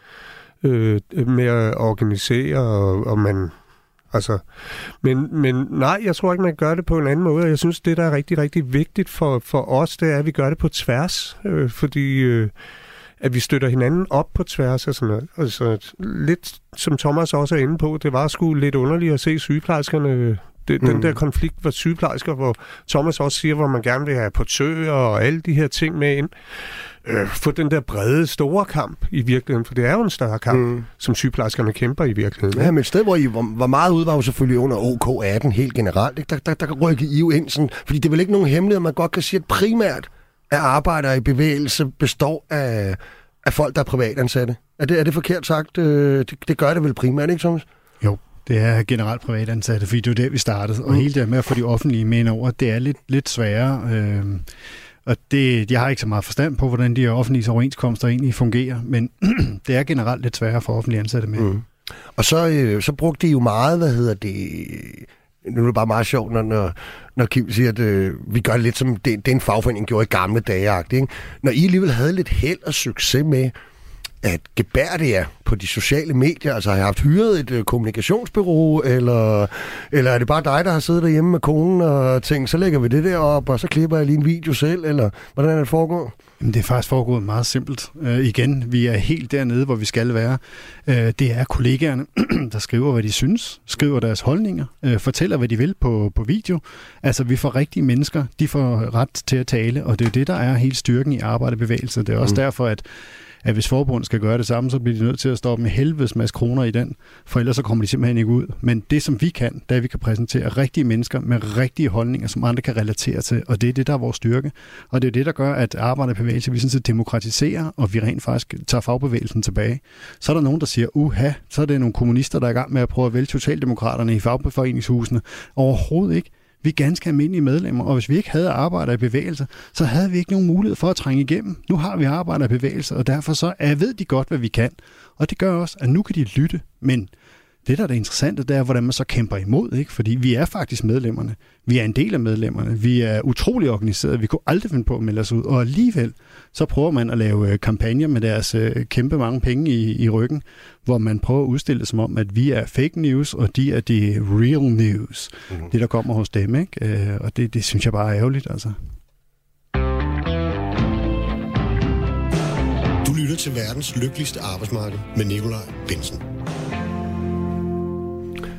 Øh, med at organisere, og, og man... Altså, men, men nej, jeg tror ikke, man gør det på en anden måde. Jeg synes, det, der er rigtig, rigtig vigtigt for, for os, det er, at vi gør det på tværs. Øh, fordi... Øh, at vi støtter hinanden op på tværs og sådan noget. Altså, lidt som Thomas også er inde på, det var sgu lidt underligt at se sygeplejerskerne, det, mm. den der konflikt var sygeplejersker, hvor Thomas også siger, hvor man gerne vil have portører og alle de her ting med ind. Øh, få den der brede, store kamp i virkeligheden, for det er jo en større kamp, mm. som sygeplejerskerne kæmper i virkeligheden. Ja, men et sted, hvor I var, var meget ude, var jo selvfølgelig under O K atten helt generelt. Ikke? Der, der, der rykkede I jo ind sådan, fordi det er vel ikke nogen hemmelighed, man godt kan sige, at primært at arbejdere i bevægelse består af, af folk, der er privatansatte. Er det, er det forkert sagt? Det, det gør det vel primært, ikke Thomas? Jo, det er generelt privatansatte, fordi det er der, vi startede. Og mm. hele det med at få de offentlige med over, det er lidt, lidt sværere. Øh, og det, jeg har ikke så meget forstand på, hvordan de offentlige overenskomster egentlig fungerer, men det er generelt lidt sværere for offentlige ansatte med. Mm. Og så, øh, så brugte de jo meget, hvad hedder det... Nu er det bare meget sjovt, når, når Kim siger, at øh, vi gør det lidt som det, det en fagforening gjorde i gamle dage. Ikke? Når I alligevel havde lidt held og succes med at gebære jer på de sociale medier, altså har I haft hyret et øh, kommunikationsbureau, eller, eller er det bare dig, der har siddet derhjemme med konen og tænkt, så lægger vi det der op, og så klipper jeg lige en video selv, eller hvordan er det foregået? Det er faktisk foregået meget simpelt. Uh, igen, vi er helt dernede, hvor vi skal være. Uh, det er kollegaerne, der skriver, hvad de synes, skriver deres holdninger, uh, fortæller, hvad de vil på, på video. Altså, vi får rigtige mennesker, de får ret til at tale, og det er jo det, der er helt styrken i arbejderbevægelser. Det er også mm. derfor, at at hvis forbundet skal gøre det samme, så bliver de nødt til at stoppe med helvedes masse kroner i den, for ellers så kommer de simpelthen ikke ud. Men det, som vi kan, det er, at vi kan præsentere rigtige mennesker med rigtige holdninger, som andre kan relatere til, og det er det, der er vores styrke. Og det er det, der gør, at arbejderbevægelsen, vi sådan set demokratiserer, og vi rent faktisk tager fagbevægelsen tilbage. Så er der nogen, der siger, uha, så er det nogle kommunister, der er i gang med at prøve at vælge socialdemokraterne i fagbeforeningshusene. Overhovedet ikke. Vi er ganske almindelige medlemmer, og hvis vi ikke havde arbejder i bevægelse, så havde vi ikke nogen mulighed for at trænge igennem. Nu har vi arbejder i bevægelse, og derfor så er, ved de godt, hvad vi kan. Og det gør også, at nu kan de lytte. Men det, der er det interessante, det er, hvordan man så kæmper imod, ikke? Fordi vi er faktisk medlemmerne. Vi er en del af medlemmerne. Vi er utrolig organiseret. Vi kunne aldrig finde på at melde os ud. Og alligevel, så prøver man at lave kampagner med deres kæmpe mange penge i, i ryggen, hvor man prøver at udstille det som om, at vi er fake news, og de er det real news. Mm-hmm. Det, der kommer hos dem, ikke? Og det, det synes jeg bare er ærgerligt, altså. Du lytter til verdens lykkeligste arbejdsmarked med Nikolaj Bensen.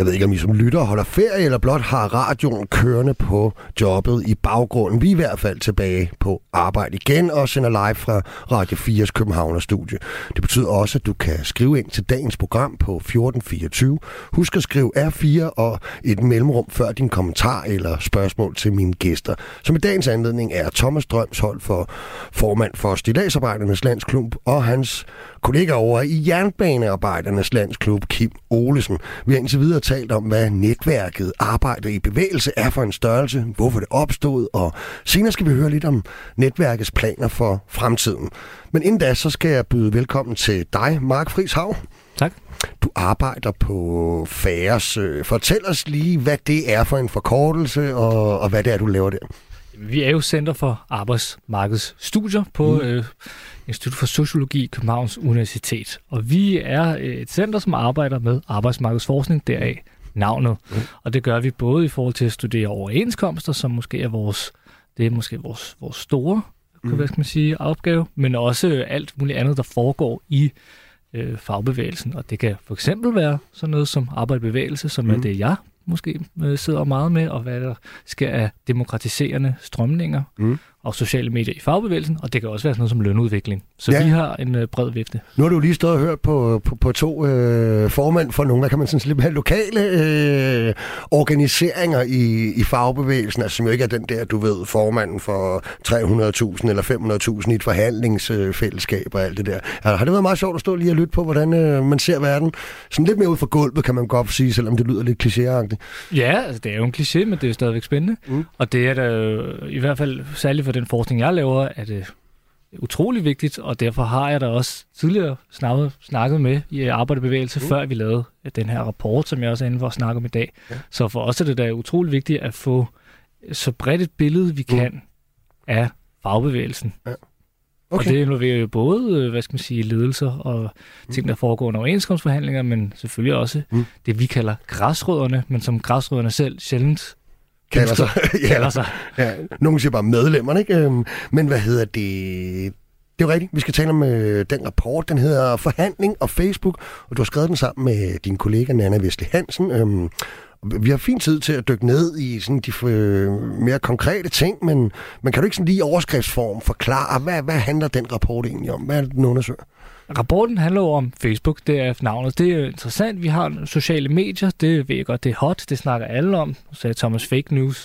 Jeg ved ikke, om I som lytter holder ferie, eller blot har radioen kørende på jobbet i baggrunden. Vi er i hvert fald tilbage på arbejde igen og sender live fra Radio fires Københavner-studie. Det betyder også, at du kan skrive ind til dagens program på fjorten fireogtyve. Husk at skrive R fire og et mellemrum før din kommentar eller spørgsmål til mine gæster, som i dagens anledning er Thomas Drømshold, for formand for Stilladsarbejdernes Landsklub, og hans kollega over i Jernbanearbejdernes Landsklub, Kim Olesen. Vi har indtil videre talt om, hvad netværket Arbejder i Bevægelse er for en størrelse, hvorfor det opstod, og senere skal vi høre lidt om netværkets planer for fremtiden. Men inden da, så skal jeg byde velkommen til dig, Mark Friis Hav. Tak. Du arbejder på FAERS. Fortæl os lige, hvad det er for en forkortelse, og, og hvad det er, du laver der. Vi er jo Center for Arbejdsmarkedsstudier på mm. øh, Institut for Sociologi i Københavns Universitet. Og vi er et center, som arbejder med arbejdsmarkedsforskning, deraf navnet. Mm. Og det gør vi både i forhold til at studere overenskomster, som måske er vores, det er måske vores, vores store mm. hvad skal man sige, opgave, men også alt muligt andet, der foregår i øh, fagbevægelsen. Og det kan for eksempel være sådan noget som arbejdsbevægelse, som mm. er det, jeg måske sidder meget med, og hvad der sker af demokratiserende strømninger mm. og sociale medier i fagbevægelsen, og det kan også være sådan noget som lønudvikling. Så ja. Vi har en øh, bred vifte. Nu har du lige stået og hørt på, på, på to øh, formænd for nogle, hvad kan man sådan lidt lokale øh, organiseringer i, i fagbevægelsen, altså som jo ikke er den der, du ved, formanden for tre hundrede tusind eller fem hundrede tusind i et forhandlingsfællesskab og alt det der. Har det været meget sjovt at stå lige og lytte på, hvordan øh, man ser verden? Sådan lidt mere ud fra gulvet, kan man godt sige, selvom det lyder lidt klichéagtigt. Ja, altså, det er jo en kliché, men det er jo stadigvæk spændende. Mm. Og det er da i hvert fald, særligt for den forskning, jeg laver, er det utrolig vigtigt, og derfor har jeg da også tidligere snakket, snakket med i arbejderbevægelse, mm. før vi lavede den her rapport, som jeg også er inde for at snakke om i dag. Ja. Så for os er det da utrolig vigtigt at få så bredt et billede, vi kan, mm. af fagbevægelsen. Ja. Okay. Og det involverer jo både, hvad skal man sige, ledelser og ting, der foregår under overenskomstforhandlinger, men selvfølgelig også mm. det, vi kalder græsrødderne, men som græsrødderne selv sjældent kalder sig. ja. kalder sig. Ja. Nogle siger bare medlemmerne, ikke? Men hvad hedder det? Det er jo rigtigt. Vi skal tale om øh, den rapport. Den hedder Forhandling og Facebook, og du har skrevet den sammen med din kollega Nanna Vestli Hansen. Øhm, Vi har fin tid til at dykke ned i sådan de øh, mere konkrete ting, men man kan du ikke sådan lige i overskriftsform forklare, hvad, hvad handler den rapport egentlig om? Hvad er det, den undersøger? Rapporten handler jo om Facebook, det er navnet. Det er jo interessant. Vi har sociale medier, det ved jeg godt, det er hot, det snakker alle om. Nu sagde Thomas fake news,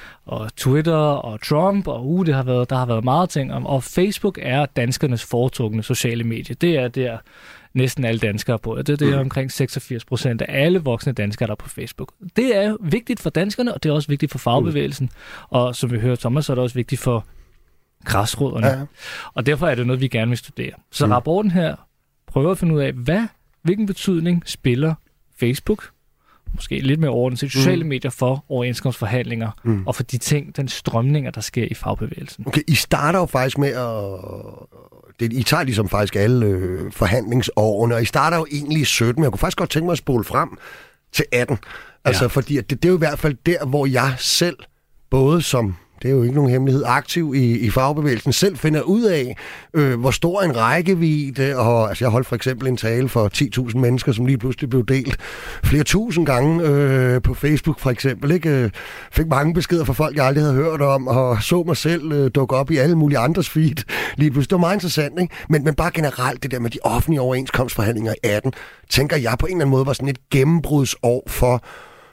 og Twitter og Trump, og uh, det har været, der har været meget ting om. Og Facebook er danskernes foretrukne sociale medier. Det er der næsten alle danskere på. Det, det er omkring seksogfirs procent af alle voksne danskere, der er på Facebook. Det er vigtigt for danskerne, og det er også vigtigt for fagbevægelsen. Og som vi hører Thomas, så er det også vigtigt for græsrødderne. Ja. Og derfor er det noget, vi gerne vil studere. Så mm. rapporten her prøver at finde ud af, hvad, hvilken betydning spiller Facebook, måske lidt mere over den sociale mm. medier, for overenskomstforhandlinger mm. og for de ting, den strømninger, der sker i fagbevægelsen. Okay, I starter jo faktisk med at... Det, I tager ligesom faktisk alle øh, forhandlingsårene, og I starter jo egentlig i sytten, men jeg kunne faktisk godt tænke mig at spole frem til atten. Altså, ja. Fordi det, det er jo i hvert fald der, hvor jeg selv, både som, det er jo ikke nogen hemmelighed, aktiv i, i fagbevægelsen, selv finder ud af, øh, hvor stor en rækkevidde, og altså, jeg holdt for eksempel en tale for ti tusind mennesker, som lige pludselig blev delt flere tusind gange øh, på Facebook for eksempel, ikke? Fik mange beskeder fra folk, jeg aldrig havde hørt om, og så mig selv øh, dukke op i alle mulige andres feed. Lige pludselig, det var meget interessant, ikke? Men, men bare generelt det der med de offentlige overenskomstforhandlinger i atten, tænker jeg på en eller anden måde var sådan et gennembrudsår for,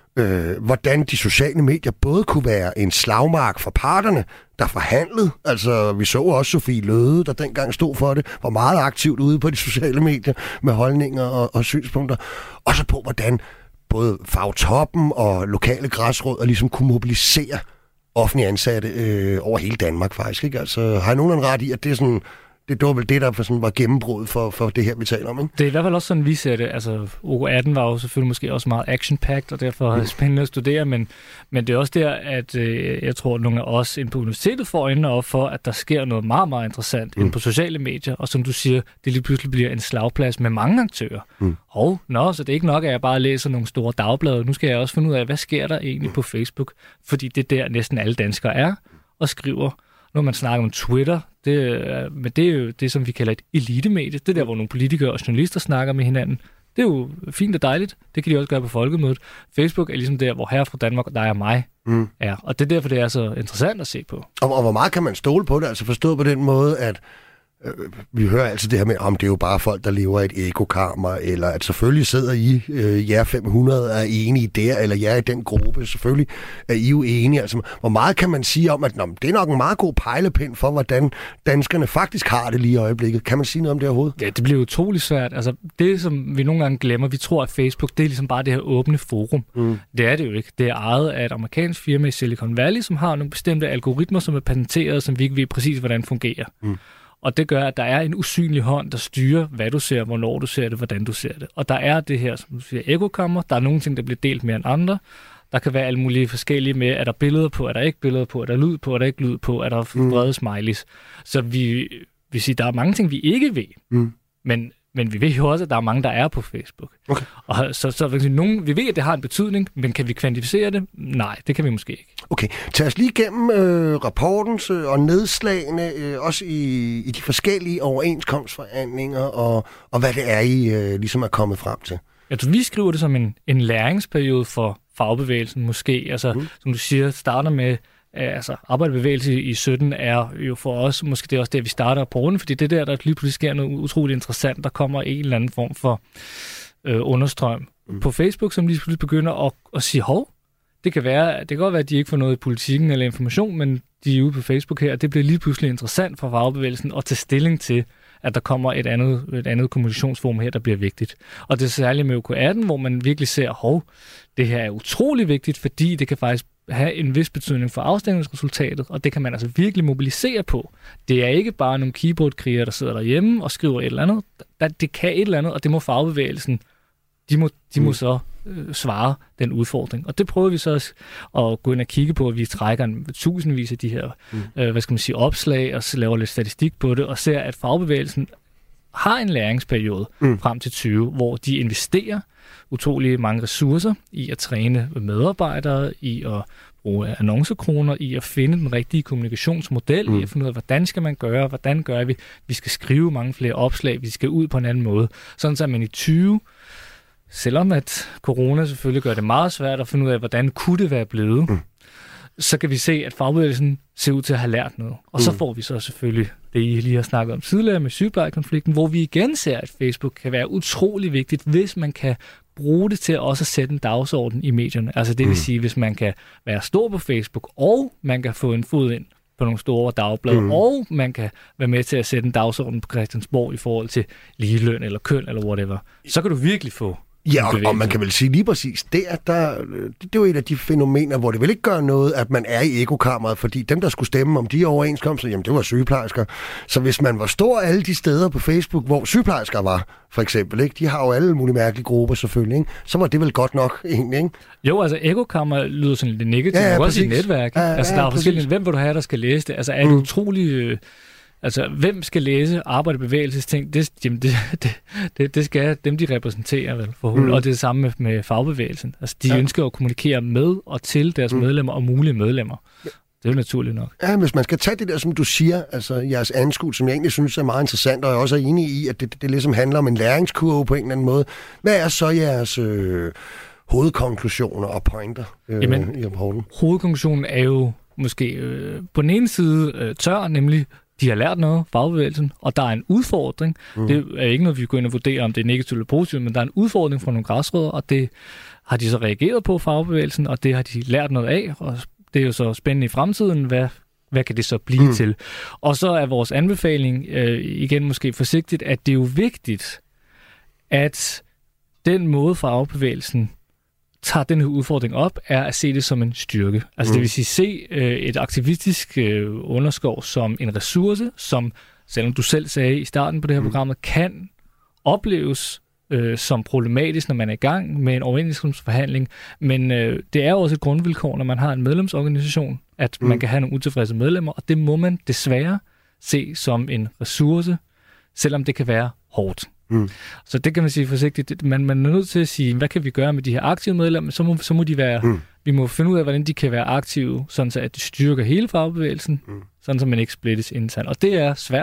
Øh, hvordan de sociale medier både kunne være en slagmark for parterne, der forhandlede. Altså, vi så også Sofie Løde, der dengang stod for det, var meget aktivt ude på de sociale medier med holdninger og, og synspunkter. Og så på, hvordan både fagtoppen og lokale græsrødder ligesom kunne mobilisere offentlige ansatte øh, over hele Danmark faktisk. Ikke? Altså, har jeg nogen ret i, at det er sådan... Det var vel det, der sådan var gennembrud for, for det her, vi taler om, ikke? Det er i hvert fald også sådan, vi ser det. Altså, O K atten var jo selvfølgelig måske også meget action-packed, og derfor mm. spændende at studere, men, men det er også der, at øh, jeg tror, at nogle af os inde på universitetet får øjnene op for, at der sker noget meget, meget interessant mm. inde på sociale medier, og som du siger, det lige pludselig bliver en slagplads med mange aktører. Mm. Og nå, så det er ikke nok, at jeg bare læser nogle store dagblade. Nu skal jeg også finde ud af, hvad sker der egentlig mm. på Facebook, fordi det er der næsten alle danskere er og skriver. Når man snakker om Twitter, det, men det er jo det, som vi kalder et elitemedie. Det er der, hvor nogle politikere og journalister snakker med hinanden. Det er jo fint og dejligt. Det kan de også gøre på folkemødet. Facebook er ligesom der, hvor her fra Danmark, der er mig, mm. er. Og det er derfor, det er så interessant at se på. Og, og hvor meget kan man stole på det? Altså forstået på den måde, at øh, vi hører altid det her med, om det er jo bare folk, der lever i et ekokammer, eller at selvfølgelig sidder I, øh, jer fem hundrede er enige der, eller jer i den gruppe, selvfølgelig er I jo enige. Altså, hvor meget kan man sige om, at nå, det er nok en meget god pejlepind for, hvordan danskerne faktisk har det lige i øjeblikket? Kan man sige noget om det overhovedet? Ja, det bliver utroligt svært. Altså, det, som vi nogle gange glemmer, vi tror, at Facebook, det er ligesom bare det her åbne forum. Mm. Det er det jo ikke. Det er ejet af et amerikansk firma i Silicon Valley, som har nogle bestemte algoritmer, som er patenteret, som vi ikke ved præcis, hvordan fungerer. Mm. Og det gør, at der er en usynlig hånd, der styrer, hvad du ser, hvornår du ser det, hvordan du ser det. Og der er det her, som du siger, ekokammer. Der er nogle ting, der bliver delt mere end andre. Der kan være alle mulige forskellige med, er der billeder på, er der ikke billeder på, er der lyd på, er der ikke lyd på, er der brede smileys. Så vi, vi siger, der er mange ting, vi ikke ved. Mm. Men, men vi ved jo også, at der er mange, der er på Facebook. Okay. Og så, så vi, nogen, vi ved, at det har en betydning, men kan vi kvantificere det? Nej, det kan vi måske ikke. Okay, tag os lige igennem øh, rapportens øh, og nedslagene, øh, også i, i de forskellige overenskomstforhandlinger, og, og hvad det er, I øh, ligesom er kommet frem til. Altså, vi skriver det som en, en læringsperiode for fagbevægelsen måske. Altså, mm. som du siger, starter med, altså arbejderbevægelse i sytten er jo for os, måske det er også der, vi starter på rundt, fordi det er der, der lige pludselig sker noget utroligt interessant. Der kommer en eller anden form for øh, understrøm mm. på Facebook, som lige pludselig begynder at, at sige, hov, det kan være, det kan godt være, at de ikke får noget i politikken eller information, men de er ude på Facebook her, og det bliver lige pludselig interessant for fagbevægelsen at tage stilling til, at der kommer et andet, et andet kommunikationsform her, der bliver vigtigt. Og det er særligt med U K atten, hvor man virkelig ser, hov, det her er utrolig vigtigt, fordi det kan faktisk have en vis betydning for afstemningsresultatet, og det kan man altså virkelig mobilisere på. Det er ikke bare nogle keyboardkrigere, der sidder derhjemme og skriver et eller andet. Det kan et eller andet, og det må fagbevægelsen, de må, de må så øh, svare den udfordring. Og det prøver vi så at gå ind og kigge på, at vi trækker en tusindvis af de her mm. øh, hvad skal man sige, opslag, og laver lidt statistik på det, og ser, at fagbevægelsen har en læringsperiode mm. frem til tyve, hvor de investerer utrolig mange ressourcer i at træne medarbejdere, i at bruge annoncekroner, i at finde den rigtige kommunikationsmodel, mm. i at finde ud af, hvordan skal man gøre, hvordan gør vi. Vi skal skrive mange flere opslag, vi skal ud på en anden måde. Sådan så man i tyve, selvom at corona selvfølgelig gør det meget svært at finde ud af, hvordan kunne det være blevet, mm. så kan vi se, at fagbevægelsen ser ud til at have lært noget. Og mm. så får vi så selvfølgelig det, I lige har snakket om tidligere med sygeplejekonflikten, hvor vi igen ser, at Facebook kan være utrolig vigtigt, hvis man kan bruge det til også at sætte en dagsorden i medierne. Altså det vil sige, hvis man kan være stor på Facebook, og man kan få en fod ind på nogle store dagblade, mm. og man kan være med til at sætte en dagsorden på Christiansborg i forhold til ligeløn eller køn eller whatever, så kan du virkelig få. Ja, og, og man kan vel sige lige præcis, der, der, det er jo et af de fænomener, hvor det vil ikke gøre noget, at man er i ekokammeret, fordi dem, der skulle stemme om de overenskomster, jamen det var sygeplejersker. Så hvis man var stor alle de steder på Facebook, hvor sygeplejersker var, for eksempel, ikke? De har jo alle mulige mærkelige grupper selvfølgelig, ikke? Så var det vel godt nok egentlig, ikke? Jo, altså ekokammer lyder sådan lidt negativt, ja, ja, også i netværk. Ja, altså der ja, er forskellige, hvem vil du have, der skal læse det? Altså er det mm. utroligt... Øh, Altså, hvem skal læse arbejderbevægelsesting? Det, jamen, det, det, det skal dem, de repræsenterer, vel, forhåbentlig. Mm. Og det er det samme med, med fagbevægelsen. Altså, de ja. ønsker at kommunikere med og til deres mm. medlemmer og mulige medlemmer. Ja. Det er jo naturligt nok. Ja, hvis man skal tage det der, som du siger, altså jeres anskud, som jeg egentlig synes er meget interessant, og jeg også er enig i, at det, det, det ligesom handler om en læringskurve på en eller anden måde. Hvad er så jeres øh, hovedkonklusioner og pointer øh, jamen, i rapporten? Hovedkonklusionen er jo måske øh, på den ene side øh, tør, nemlig de har lært noget, fagbevægelsen, og der er en udfordring. Mm. Det er ikke noget, vi går ind og vurdere, om det er negativt eller positivt, men der er en udfordring fra nogle græsrødder, og det har de så reageret på, fagbevægelsen, og det har de lært noget af, og det er jo så spændende i fremtiden, hvad, hvad kan det så blive mm. til? Og så er vores anbefaling, øh, igen måske forsigtigt, at det er jo vigtigt, at den måde fagbevægelsen tager den her udfordring op, er at se det som en styrke. Altså mm. det vil sige, se øh, et aktivistisk øh, underskov som en ressource, som, selvom du selv sagde i starten på det her mm. program, kan opleves øh, som problematisk, når man er i gang med en overenskomstforhandling. Men øh, det er jo også et grundvilkår, når man har en medlemsorganisation, at mm. man kan have nogle utilfredse medlemmer, og det må man desværre se som en ressource, selvom det kan være hårdt. Mm. Så det kan man sige forsigtigt. Man, man er nødt til at sige, hvad kan vi gøre med de her aktive medlemmer? Så må, så må de være, mm. vi må finde ud af, hvordan de kan være aktive, sådan så at de styrker hele fagbevægelsen, mm. sådan så man ikke splittes internt. Og det er svært,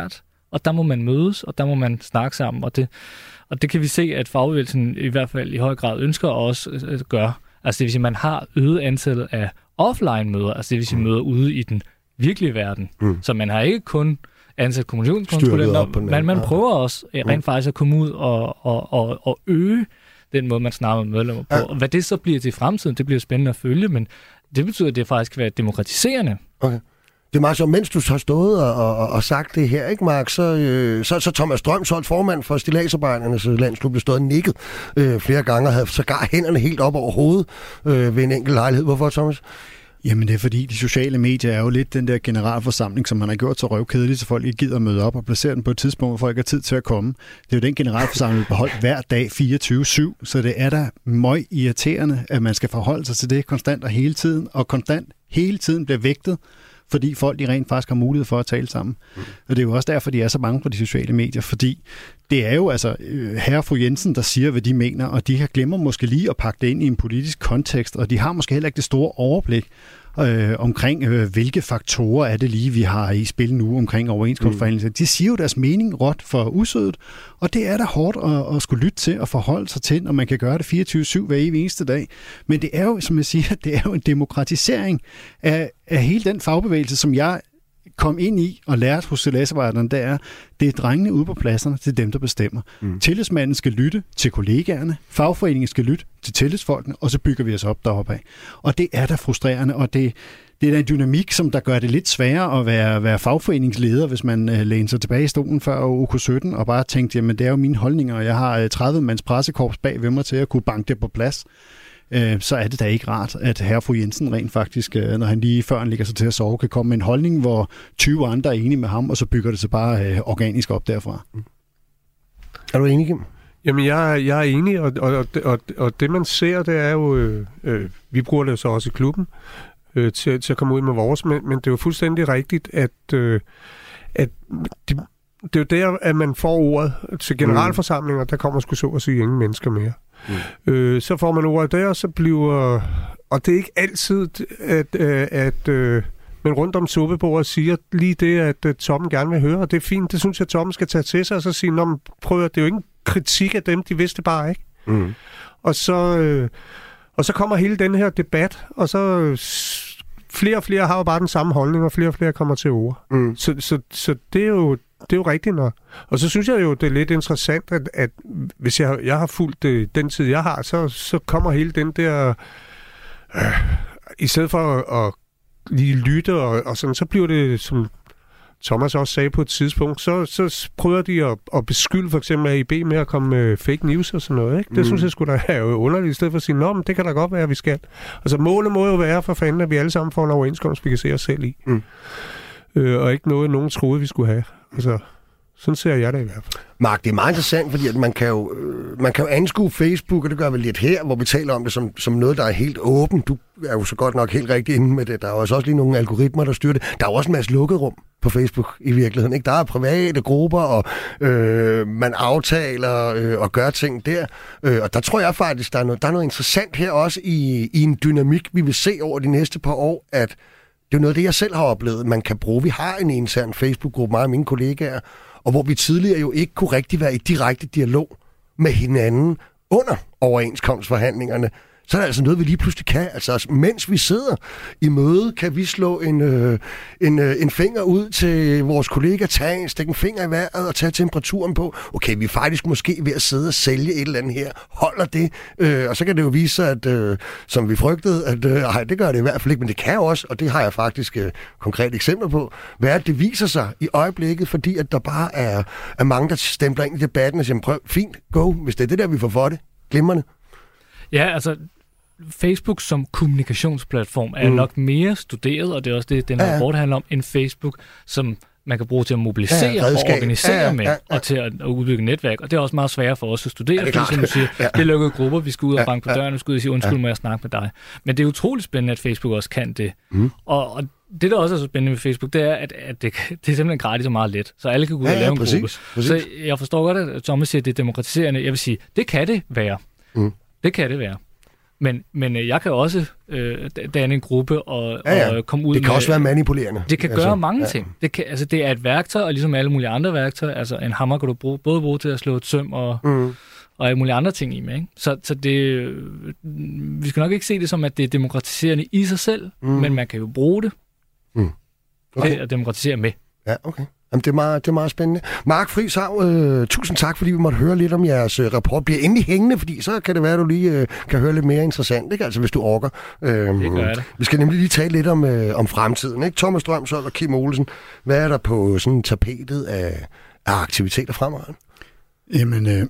og der må man mødes, og der må man snakke sammen, og det, og det kan vi se, at fagbevægelsen i hvert fald i høj grad ønsker også at gøre. Altså det vil sige, at man har øget antallet af offline-møder, altså det vil sige møder ude i den virkelige verden. Mm. Så man har ikke kun ansat kommunikationskonsulenter, men man prøver også rent mm. faktisk at komme ud og, og, og, og øge den måde, man snakker med medlemmer på. Ja. Og hvad det så bliver til i fremtiden, det bliver spændende at følge, men det betyder, at det faktisk kan være demokratiserende. Okay. Det er meget så, mens du har stået og, og, og sagt det her, ikke Mark, så, øh, så, så Thomas Drømsholt, formand for Stilladsarbejdernes Landsklub, blev stået og nikket øh, flere gange og havde sågar hænderne helt op over hovedet øh, ved en enkelt lejlighed. Hvorfor, Thomas? Jamen det er fordi, de sociale medier er jo lidt den der generalforsamling, som man har gjort så røvkedeligt, så folk ikke gider møde op og placere den på et tidspunkt, hvor folk har tid til at komme. Det er jo den generalforsamling, vi beholdt hver dag fireogtyve syv, så det er da møg irriterende, at man skal forholde sig til det konstant og hele tiden, og konstant hele tiden bliver vægtet, fordi folk de rent faktisk har mulighed for at tale sammen. Mm. Og det er jo også derfor, de er så mange på de sociale medier, fordi det er jo altså herre og fru Jensen, der siger, hvad de mener, og de har glemmer måske lige at pakke det ind i en politisk kontekst, og de har måske heller ikke det store overblik øh, omkring, øh, hvilke faktorer er det lige, vi har i spil nu omkring overenskomstforhandlinger. Mm. De siger jo deres mening råt for usødet, og det er da hårdt at, at skulle lytte til og forholde sig til, og man kan gøre det fireogtyve syv hver evig eneste dag. Men det er jo, som jeg siger, det er jo en demokratisering af, af hele den fagbevægelse, som jeg kom ind i og lærte hos stilladsarbejderne, det er, det er drengene ude på pladserne, det er dem, der bestemmer. Mm. Tillidsmanden skal lytte til kollegaerne, fagforeningen skal lytte til tillidsfolkene, og så bygger vi os op deroppe af. Og det er da frustrerende, og det, det er da en dynamik, som der gør det lidt sværere at være, være fagforeningsleder, hvis man øh, læner sig tilbage i stolen før U K sytten, og bare tænkte, jamen det er jo mine holdninger, og jeg har tredive mands pressekorps bag ved mig til at kunne banke det på plads. Så er det da ikke rart, at herre fru Jensen rent faktisk, når han lige før han ligger sig til at sove, kan komme med en holdning, hvor tyve andre er enige med ham, og så bygger det sig bare øh, organisk op derfra. Mm. Er du enig, Kim? Jamen, jeg, jeg er enig, og, og, og, og det man ser, det er jo, øh, øh, vi bruger det så også i klubben, øh, til, til at komme ud med vores, men, men det er jo fuldstændig rigtigt, at, øh, at de, det er jo der, at man får ordet til generalforsamlinger, der kommer sgu så at sige ingen mennesker mere. Mm. Øh, så får man ordet der, så bliver... Og det er ikke altid, at, at, at øh, men rundt om suppebordet siger lige det, at uh, Tommen gerne vil høre, og det er fint. Det synes jeg, at Tommen skal tage til sig, og så sige, nå, prøv at det er jo ikke en kritik af dem, de vidste bare ikke. Mm. Og, så, øh, og så kommer hele den her debat, og så... Øh, flere og flere har jo bare den samme holdning, og flere og flere kommer til ord. Mm. Så, så, så det er jo det er jo rigtigt nok. Og så synes jeg jo, det er lidt interessant, at, at hvis jeg, jeg har fulgt det, den tid, jeg har, så, så kommer hele den der... Øh, i stedet for at, at lige lytte, og, og sådan, så bliver det, som Thomas også sagde på et tidspunkt, så, så prøver de at, at beskylde for eksempel A I B med at komme med fake news og sådan noget. Ikke? Det mm. synes jeg skulle da er jo underligt, i stedet for at sige, nå, men det kan da godt være, at vi skal. Altså målet må jo være for fanden, at vi alle sammen får en overenskomst, vi kan se os selv i. Mm. Øh, og ikke noget, nogen troede, vi skulle have. Altså... Sådan ser jeg det i hvert fald. Mark, det er meget interessant, fordi at man, kan jo, øh, man kan jo anskue Facebook, og det gør vi lidt her, hvor vi taler om det som, som noget, der er helt åben. Du er jo så godt nok helt rigtig inde med det. Der er jo også lige nogle algoritmer, der styrer det. Der er jo også en masse lukket rum på Facebook i virkeligheden. Ikke? Der er private grupper, og øh, man aftaler øh, og gør ting der. Øh, og der tror jeg faktisk, der er noget, der er noget interessant her også i, i en dynamik, vi vil se over de næste par år, at det er noget, det jeg selv har oplevet, man kan bruge. Vi har en intern Facebook-gruppe, mig og mine kollegaer, og hvor vi tidligere jo ikke kunne rigtig være i direkte dialog med hinanden under overenskomstforhandlingerne, så er det altså noget, vi lige pludselig kan. Altså, mens vi sidder i møde, kan vi slå en, øh, en, øh, en finger ud til vores kollega, tage, stikke en finger i vejret og tage temperaturen på. Okay, vi er faktisk måske ved at sidde og sælge et eller andet her. Holder det? Øh, og så kan det jo vise sig, at, øh, som vi frygtede, at øh, ej, det gør det i hvert fald ikke, men det kan jo også, og det har jeg faktisk øh, konkrete eksempler på, hvad at det viser sig i øjeblikket, fordi at der bare er, er mange, der stempler ind i debatten og siger, prøv, fint, go, hvis det er det der, vi får for det. Glimrende. Ja, altså... Facebook som kommunikationsplatform er mm. nok mere studeret, og det er også det, den her rapport handler om, end Facebook, som man kan bruge til at mobilisere ja, og organisere ja, ja, med, ja, ja. og til at udbygge netværk. Og det er også meget sværere for os at studere, ja, fordi som du siger, ja. det er lukkede grupper, vi skal ud og banke på døren, vi skal ud og sige, undskyld, ja. må jeg snakke med dig. Men det er utroligt spændende, at Facebook også kan det. Mm. Og, og det, der også er så spændende med Facebook, det er, at, at det, det er simpelthen gratis og meget let. Så alle kan gå ud ja, og lave ja, præcis, en gruppe. Præcis. Så jeg forstår godt, at Thomas siger, at det er demokratiserende. Jeg vil sige, det kan det være. Mm. Det kan det være. Men, men jeg kan også øh, danne en gruppe og, ja, ja. og komme ud med... Det kan med, også være manipulerende. Det kan altså, gøre mange ja. ting. Det, kan, altså, det er et værktøj, og ligesom alle mulige andre værktøjer, altså en hammer kan du bruge, både bruge til at slå et søm og, mm. og alle mulige andre ting i med. Ikke? Så, så det, vi skal nok ikke se det som, at det er demokratiserende i sig selv, mm. men man kan jo bruge det mm. okay. til at demokratisere med. Ja, okay. Jamen, det, er meget, det er meget spændende. Mark Friis Hav, øh, tusind tak, fordi vi måtte høre lidt om jeres øh, rapport. Bliver endelig hængende, fordi så kan det være, at du lige øh, kan høre lidt mere interessant, ikke? Altså, hvis du orker. Øh, det gør det. Vi skal nemlig lige tale lidt om, øh, om fremtiden, ikke? Thomas Drømsholt og Kim Olsen. Hvad er der på sådan tapetet af, af aktiviteter fremover? Jamen, øh,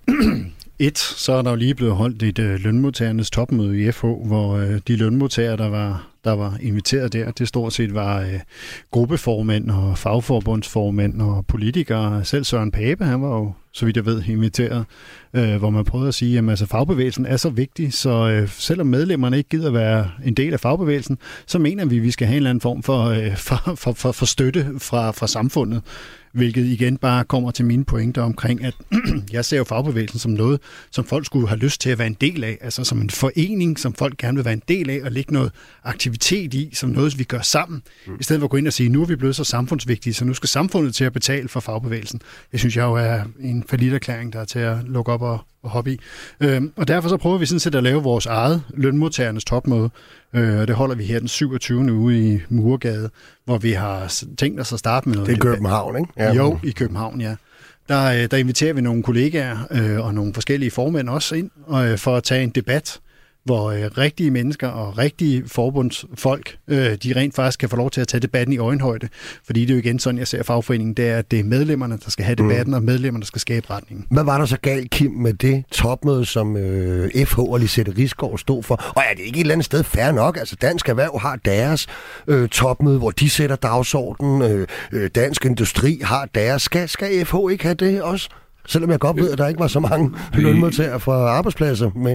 et, så er der jo lige blevet holdt et øh, lønmodtagernes topmøde i F H, hvor øh, de lønmodtagere, der var, der var inviteret der, det stort set var øh, gruppeformænd og fagforbundsformænd og politikere. Selv Søren Pape, han var jo, så vidt jeg ved, inviteret, øh, hvor man prøvede at sige, at altså, fagbevægelsen er så vigtig, så øh, selvom medlemmerne ikke gider være en del af fagbevægelsen, så mener vi, at vi skal have en eller anden form for, øh, for, for, for, for støtte fra, fra samfundet. Hvilket igen bare kommer til mine pointer omkring, at jeg ser jo fagbevægelsen som noget, som folk skulle have lyst til at være en del af. Altså som en forening, som folk gerne vil være en del af, og lægge noget aktivitet i, som noget, vi gør sammen. Mm. I stedet for at gå ind og sige, nu er vi blevet så samfundsvigtige, så nu skal samfundet til at betale for fagbevægelsen. Det synes jeg jo er en falliterklæring, der er til at lukke op og, og hoppe i. Øhm, og derfor så prøver vi sådan set at lave vores eget lønmodtagernes topmøde. Øh, det holder vi her den syvogtyvende uge i Muregade, hvor vi har tænkt os at starte med noget. Det er København, ikke? Ja. Jo, i København, ja. Der, der inviterer vi nogle kollegaer øh, og nogle forskellige formænd også ind øh, for at tage en debat, hvor øh, rigtige mennesker og rigtige forbundsfolk, øh, de rent faktisk kan få lov til at tage debatten i øjenhøjde. Fordi det er jo igen sådan, jeg ser fagforeningen, det er, at det er medlemmerne, der skal have debatten, mm. og medlemmerne, der skal skabe retningen. Hvad var der så galt, Kim, med det topmøde, som øh, F H og Lisette Risgaard stod for? Og er det ikke et eller andet sted fair nok? Altså Dansk Erhverv har deres øh, topmøde, hvor de sætter dagsordenen. Øh, Dansk Industri har deres. Skal, skal F H ikke have det også? Selvom jeg godt ved, at der ikke var så mange lønmodtagere fra arbejdspladser med.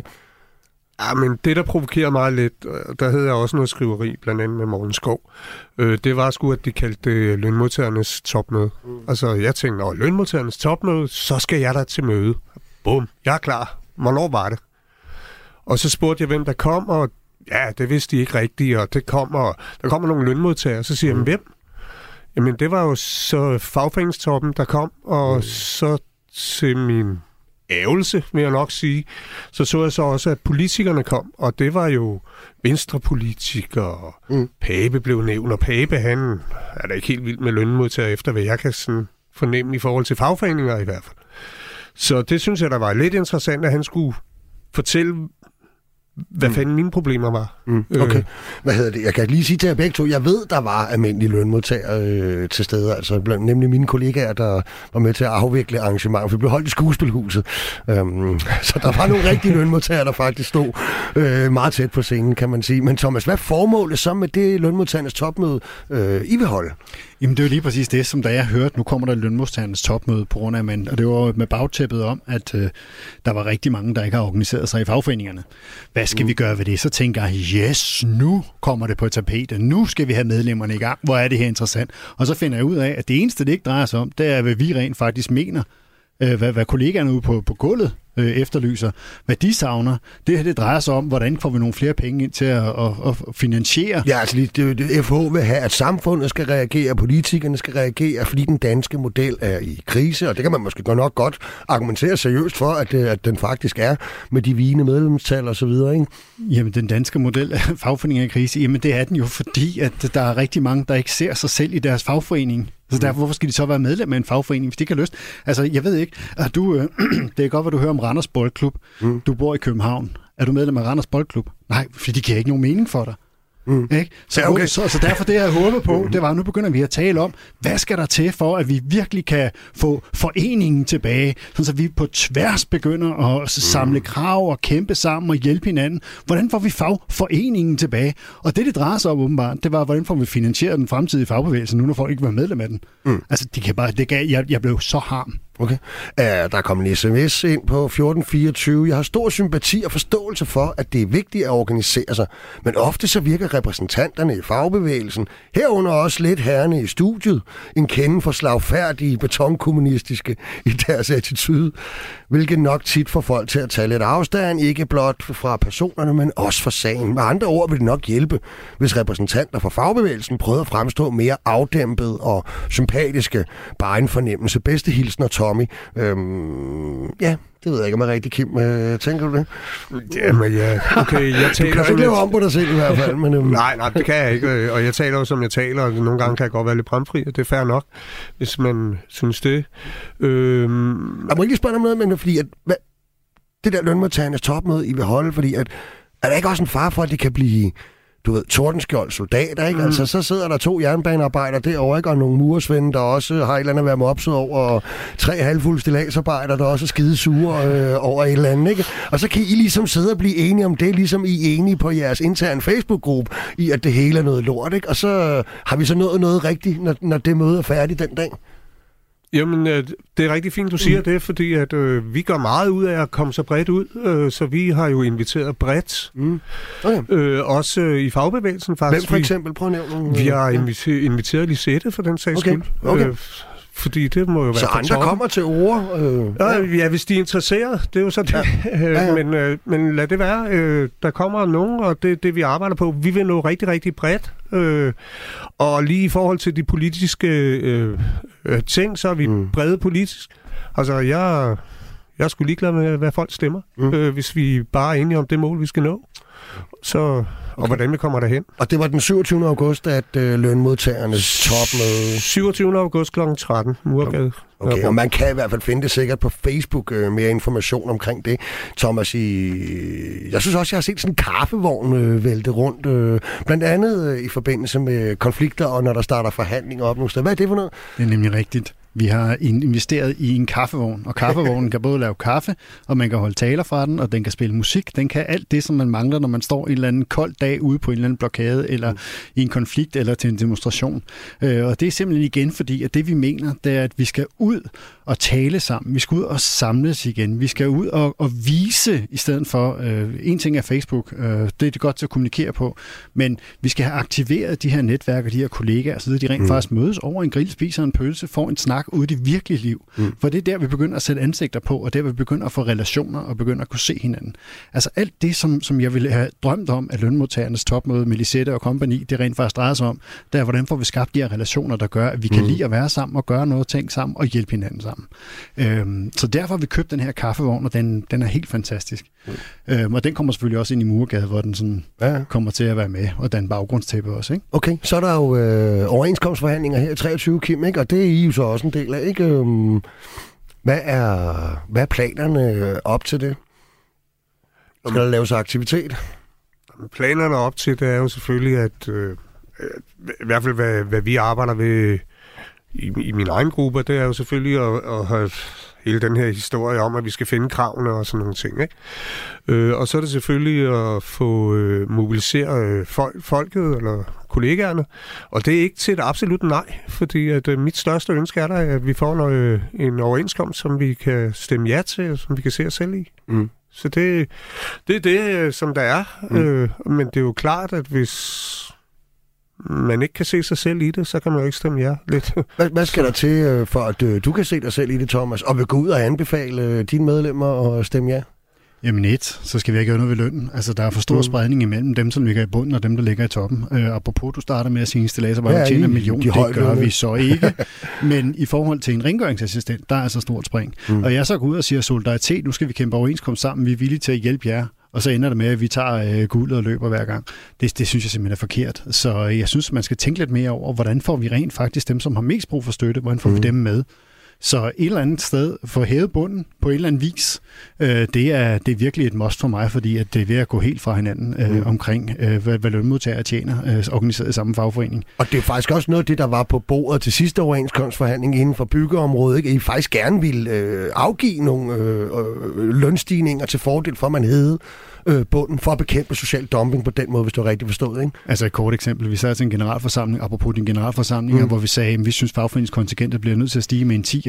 Ja, men det, der provokerer mig lidt, der hedder jeg også noget skriveri, blandt andet med Morten Skov, øh, det var sgu, at de kaldte det lønmodtagernes topmøde. Mm. Altså, jeg tænkte, åh, lønmodtagernes topmøde, så skal jeg der til møde. Bum, jeg er klar. Hvornår var det? Og så spurgte jeg, hvem der kom, og ja, det vidste de ikke rigtigt, og det kom, og der kommer nogle lønmodtagere, så siger jeg, mm. hvem? Jamen, det var jo så fagforeningstoppen, der kom, og mm. så til min ævelse, vil jeg nok sige, så så jeg så også, at politikerne kom, og det var jo venstrepolitikere, mm. Pape blev nævnt, og Pape, han er da ikke helt vild med lønmodtager efter, hvad jeg kan sådan fornemme i forhold til fagforeninger i hvert fald. Så det synes jeg, der var lidt interessant, at han skulle fortælle, hvad mm. fanden mine problemer var. Mm. Okay. Øh. Hvad hedder det? Jeg kan lige sige til jer begge to, jeg ved, der var almindelige lønmodtagere øh, til stede, altså blandt, nemlig mine kollegaer, der var med til at afvikle arrangementer, for vi blev holdt i skuespilhuset. Øhm, så der var nogle rigtige lønmodtagere, der faktisk stod øh, meget tæt på scenen, kan man sige. Men Thomas, hvad er formålet så med det lønmodtagernes topmøde, øh, I vil holde? Jamen, det er jo lige præcis det, som da jeg hørte, nu kommer der lønmodtagernes topmøde på grund af, men, og det var med bagtæppet om, at øh, der var rigtig mange, der ikke har organiseret sig i fagforeningerne. Hvad skal mm. vi gøre ved det? Så tænker jeg, yes, nu kommer det på tapetet. Nu skal vi have medlemmerne i gang. Hvor er det her interessant? Og så finder jeg ud af, at det eneste, det ikke drejer sig om, det er, hvad vi rent faktisk mener. Øh, hvad, hvad kollegaerne ude på, på gulvet øh, efterlyser. Hvad de savner. Det her, det drejer sig om, hvordan får vi nogle flere penge ind til at, at, at finansiere. Ja, altså det, det, F H vil have, at samfundet skal reagere, politikerne skal reagere, fordi den danske model er i krise, og det kan man måske godt nok godt argumentere seriøst for, at, at den faktisk er med de vigende medlemstal og så videre, ikke? Jamen, den danske model af fagforeninger i krise, jamen det er den jo, fordi at der er rigtig mange, der ikke ser sig selv i deres fagforening. Så derfor, hvorfor skal de så være medlem af en fagforening, hvis de ikke har lyst? Altså, jeg ved ikke. At du, øh, det er godt, hvad du hører om Randers Boldklub. Mm. Du bor i København. Er du medlem af Randers Boldklub? Nej, fordi de giver ikke nogen mening for dig. Mm. Ikke? Så, ja, okay. så, så derfor det, jeg håber på, det var, at nu begynder vi at tale om, hvad skal der til for, at vi virkelig kan få foreningen tilbage, så vi på tværs begynder at samle krav og kæmpe sammen og hjælpe hinanden. Hvordan får vi fagforeningen tilbage? Og det, det drejer sig om åbenbart, det var, hvordan får vi finansieret den fremtidige fagbevægelse, nu når folk ikke var medlem af den. Mm. Altså, de kan bare, det gav, jeg, jeg blev så harm. Okay. Uh, der er kommet en sms ind på fjorten fireogtyve. Jeg har stor sympati og forståelse for, at det er vigtigt at organisere sig, men ofte så virker repræsentanterne i fagbevægelsen, herunder også lidt herrene i studiet, en kende for slagfærdige betonkommunistiske i deres attitude, hvilket nok tit får folk til at tage lidt afstand, ikke blot fra personerne, men også fra sagen. Med andre ord vil det nok hjælpe, hvis repræsentanter for fagbevægelsen prøver at fremstå mere afdæmpet og sympatiske, bare en fornemmelse. Bedste hilsen og Tommy. Øhm, ja, det ved jeg ikke, om jeg er rigtig, Kim. Øh, tænker du det? Jamen ja, okay, jeg taler... Du kan ikke lave om på dig selv i hvert fald. Men, øhm. nej, nej, det kan jeg ikke, og jeg taler jo, som jeg taler, og nogle gange kan jeg godt være lidt bramfri, og det er fair nok, hvis man synes det. Øhm... Jeg må ikke spørge om noget, men fordi at, hvad, det der lønmodtagernes topmøde, I vil holde, fordi at, er der ikke også en fare for, at det kan blive... Du ved, tordenskjold soldater, ikke? Mm. Altså, så sidder der to jernbanearbejdere derovre, ikke? Og nogle murersvende, der også har et eller andet at være med opsøget over, og tre halvfulde stilladsarbejdere, der også er skide sure øh, over et eller andet, ikke? Og så kan I ligesom sidde og blive enige om det, ligesom I er enige på jeres interne Facebook-gruppe, i at det hele er noget lort, ikke? Og så har vi så nået noget rigtigt, når, når det møde er færdigt den dag. Jamen, det er rigtig fint, du siger mm. det, fordi at, øh, vi går meget ud af at komme så bredt ud, øh, så vi har jo inviteret bredt, mm. okay. øh, også øh, i fagbevægelsen faktisk. Hvem for eksempel? Prøv at nævne nogle. Vi har inviteret, inviteret Lisette for den sags okay. skyld. Okay. Øh, fordi det må jo være så andre toppen. Kommer til ord? Øh, ja, ja, hvis de er interesseret, det er jo så det. Ja. Ja, ja. Men, øh, men lad det være. Øh, der kommer nogen, og det det, vi arbejder på. Vi vil nå rigtig, rigtig bredt. Øh, og lige i forhold til de politiske øh, øh, ting, så er vi mm. brede politisk. Altså, jeg, jeg er sgu ligeglad med, hvad folk stemmer, mm. øh, hvis vi bare er enige om det mål, vi skal nå. Så, og okay. hvordan vi kommer derhen. Og det var den syvogtyvende august, at øh, lønmodtagernes topmøde... syvogtyvende august klokken tretten, Murgade. Okay, okay, og man kan i hvert fald finde det sikkert på Facebook, øh, mere information omkring det. Thomas, I, jeg synes også, jeg har set sådan en kaffevogn øh, vælte rundt, øh, blandt andet øh, i forbindelse med konflikter, og når der starter forhandlinger op nogle steder. Hvad er det for noget? Det er nemlig rigtigt. Vi har investeret i en kaffevogn, og kaffevognen kan både lave kaffe, og man kan holde taler fra den, og den kan spille musik. Den kan alt det, som man mangler, når man står en eller anden kold dag ude på en eller anden blokade, eller mm. i en konflikt, eller til en demonstration. Øh, og det er simpelthen igen fordi, at det vi mener, det er, at vi skal ud og tale sammen. Vi skal ud og samles igen. Vi skal ud og, og vise, i stedet for, øh, en ting er Facebook, øh, det er det godt til at kommunikere på, men vi skal have aktiveret de her netværk og de her kollegaer, så de rent mm. faktisk mødes over en grill, spiser en pølse, får en snak ude i det virkelige liv. Mm. For det er der, vi begynder at sætte ansigter på, og der vi begynder at få relationer og begynder at kunne se hinanden. Altså alt det, som, som jeg ville have drømt om, at lønmodtagernes topmøde med Lisette og kompagni, det rent faktisk drejer sig om, det er, hvordan får vi skabt de her relationer, der gør, at vi kan mm. lide at være sammen og gøre noget ting sammen og hjælpe hinanden sammen. Øhm, så derfor har vi købt den her kaffevogn, og den, den er helt fantastisk. Mm. Øhm, og den kommer selvfølgelig også ind i Murgade, hvor den sådan ja. kommer til at være med, og den baggrundstæppe også, ikke? Okay, så er der jo øh, overenskomstforhandlinger her i treogtyve, Kim, ikke? Og det er I jo så også en del af, ikke? Øhm, hvad, er, hvad er planerne op til det? Skal der laves aktivitet? Planerne op til det er jo selvfølgelig, at øh, i hvert fald hvad, hvad vi arbejder ved i, i min egen gruppe, det er jo selvfølgelig at, at have hele den her historie om, at vi skal finde kravene og sådan nogle ting, ikke? Øh, og så er det selvfølgelig at få øh, mobiliseret øh, folk, folket eller kollegaerne, og det er ikke til et absolut nej, fordi at øh, mit største ønske er der, at vi får noget, øh, en overenskomst, som vi kan stemme ja til, og som vi kan se os selv i. Mm. Så det, det er det, som der er. Mm. Øh, men det er jo klart, at hvis man ikke kan se sig selv i det, så kan man jo ikke stemme ja lidt. Hvad, hvad skal der til, for at øh, du kan se dig selv i det, Thomas, og vil gå ud og anbefale øh, dine medlemmer at stemme ja? Jamen et, så skal vi ikke gøre noget ved lønnen. Altså, der er for stor mm. spredning imellem dem, som ligger i bunden, og dem, der ligger i toppen. Øh, apropos, du starter med at sige, at stillaser bare ja, tjener en million. De det gør vi så ikke. Men i forhold til en rengøringsassistent, der er altså stort spring. Mm. Og jeg så går ud og siger, solidaritet, nu skal vi kæmpe overenskomst sammen, vi er villige til at hjælpe jer. Og så ender det med, at vi tager øh, guldet og løber hver gang. Det, det synes jeg simpelthen er forkert. Så jeg synes, man skal tænke lidt mere over, hvordan får vi rent faktisk dem, som har mest brug for støtte, hvordan får mm. vi dem med? Så et eller andet sted få hævet bunden på et eller andet vis, øh, det, er, det er virkelig et must for mig, fordi at det er ved at gå helt fra hinanden øh, mm. omkring, øh, hvad, hvad lønmodtagere tjener, øh, organiseret i samme fagforening. Og det er faktisk også noget af det, der var på bordet til sidste overenskomstforhandling inden for byggeområdet, ikke? I faktisk gerne ville øh, afgive nogle øh, øh, lønstigninger til fordel for, at man hævede øh, bunden for at bekæmpe social dumping på den måde, hvis du er rigtigt forstået, ikke? Altså et kort eksempel. Vi sad til en generalforsamling, apropos din generalforsamling, mm. hvor vi sagde, at vi synes, fagforeningskontingentet bliver nødt til at stige med en tier.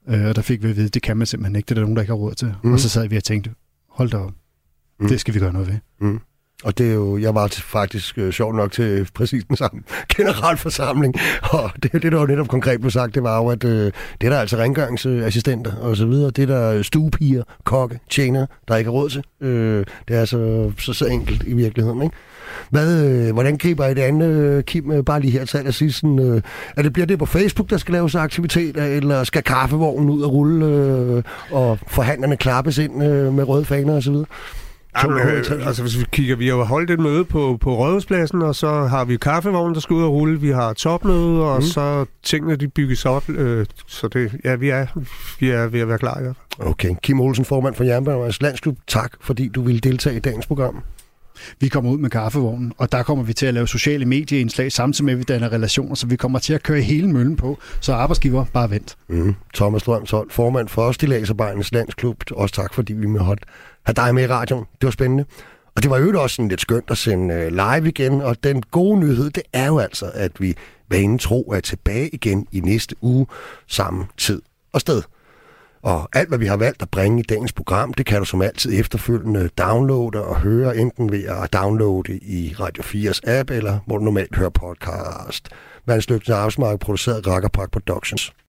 Øh, og der fik vi at vide, det kan man simpelthen ikke, det er der nogen, der ikke har råd til. Mm. Og så sad vi og tænkte, hold da op, mm. det skal vi gøre noget ved. Mm. Og det er jo, jeg var til, faktisk øh, sjov nok til præcis den samme generalforsamling, og det, det der jo netop konkret blev sagt, det var jo, at øh, det er der altså rengøringsassistenter og så videre, det er der stuepiger, kokke, tjener, der ikke har råd til. Øh, det er altså så, så enkelt i virkeligheden, ikke? Hvad, øh, hvordan griber I det andet, øh, Kim, øh, bare lige her til at sige sådan, øh, at det bliver det på Facebook, der skal laves aktiviteter, eller skal kaffevognen ud og rulle, øh, og forhandlerne klappes ind øh, med røde faner og så videre? Jamen, øh, altså hvis vi kigger, vi har holdt et møde på, på Rådhuspladsen, og så har vi kaffevognen, der skal ud og rulle, vi har topmøde, og mm. så tingene, de bygges op, øh, så det, ja, vi er, vi er ved at være klar i hvert fald. Okay, Kim Olsen, formand for Jernbaneerhvervets Landsklub, tak fordi du ville deltage i dagens program. Vi kommer ud med kaffevognen, og der kommer vi til at lave sociale medieindslag, samtidig med, at vi danner relationer, så vi kommer til at køre hele møllen på, så arbejdsgiver bare vent. Mm. Thomas Strømsholdt, formand for Stilladsarbejdernes Landsklub, også tak, fordi vi må have dig med i radioen. Det var spændende. Og det var jo også sådan lidt skønt at sende live igen, og den gode nyhed, det er jo altså, at vi vanen tro er tilbage igen i næste uge, samme tid og sted. Og alt, hvad vi har valgt at bringe i dagens program, det kan du som altid efterfølgende downloade og høre, enten ved at downloade i Radio fires app, eller hvor du normalt hører podcast. Vandsløbende arbejdsmarked produceret Rakkerpark Productions.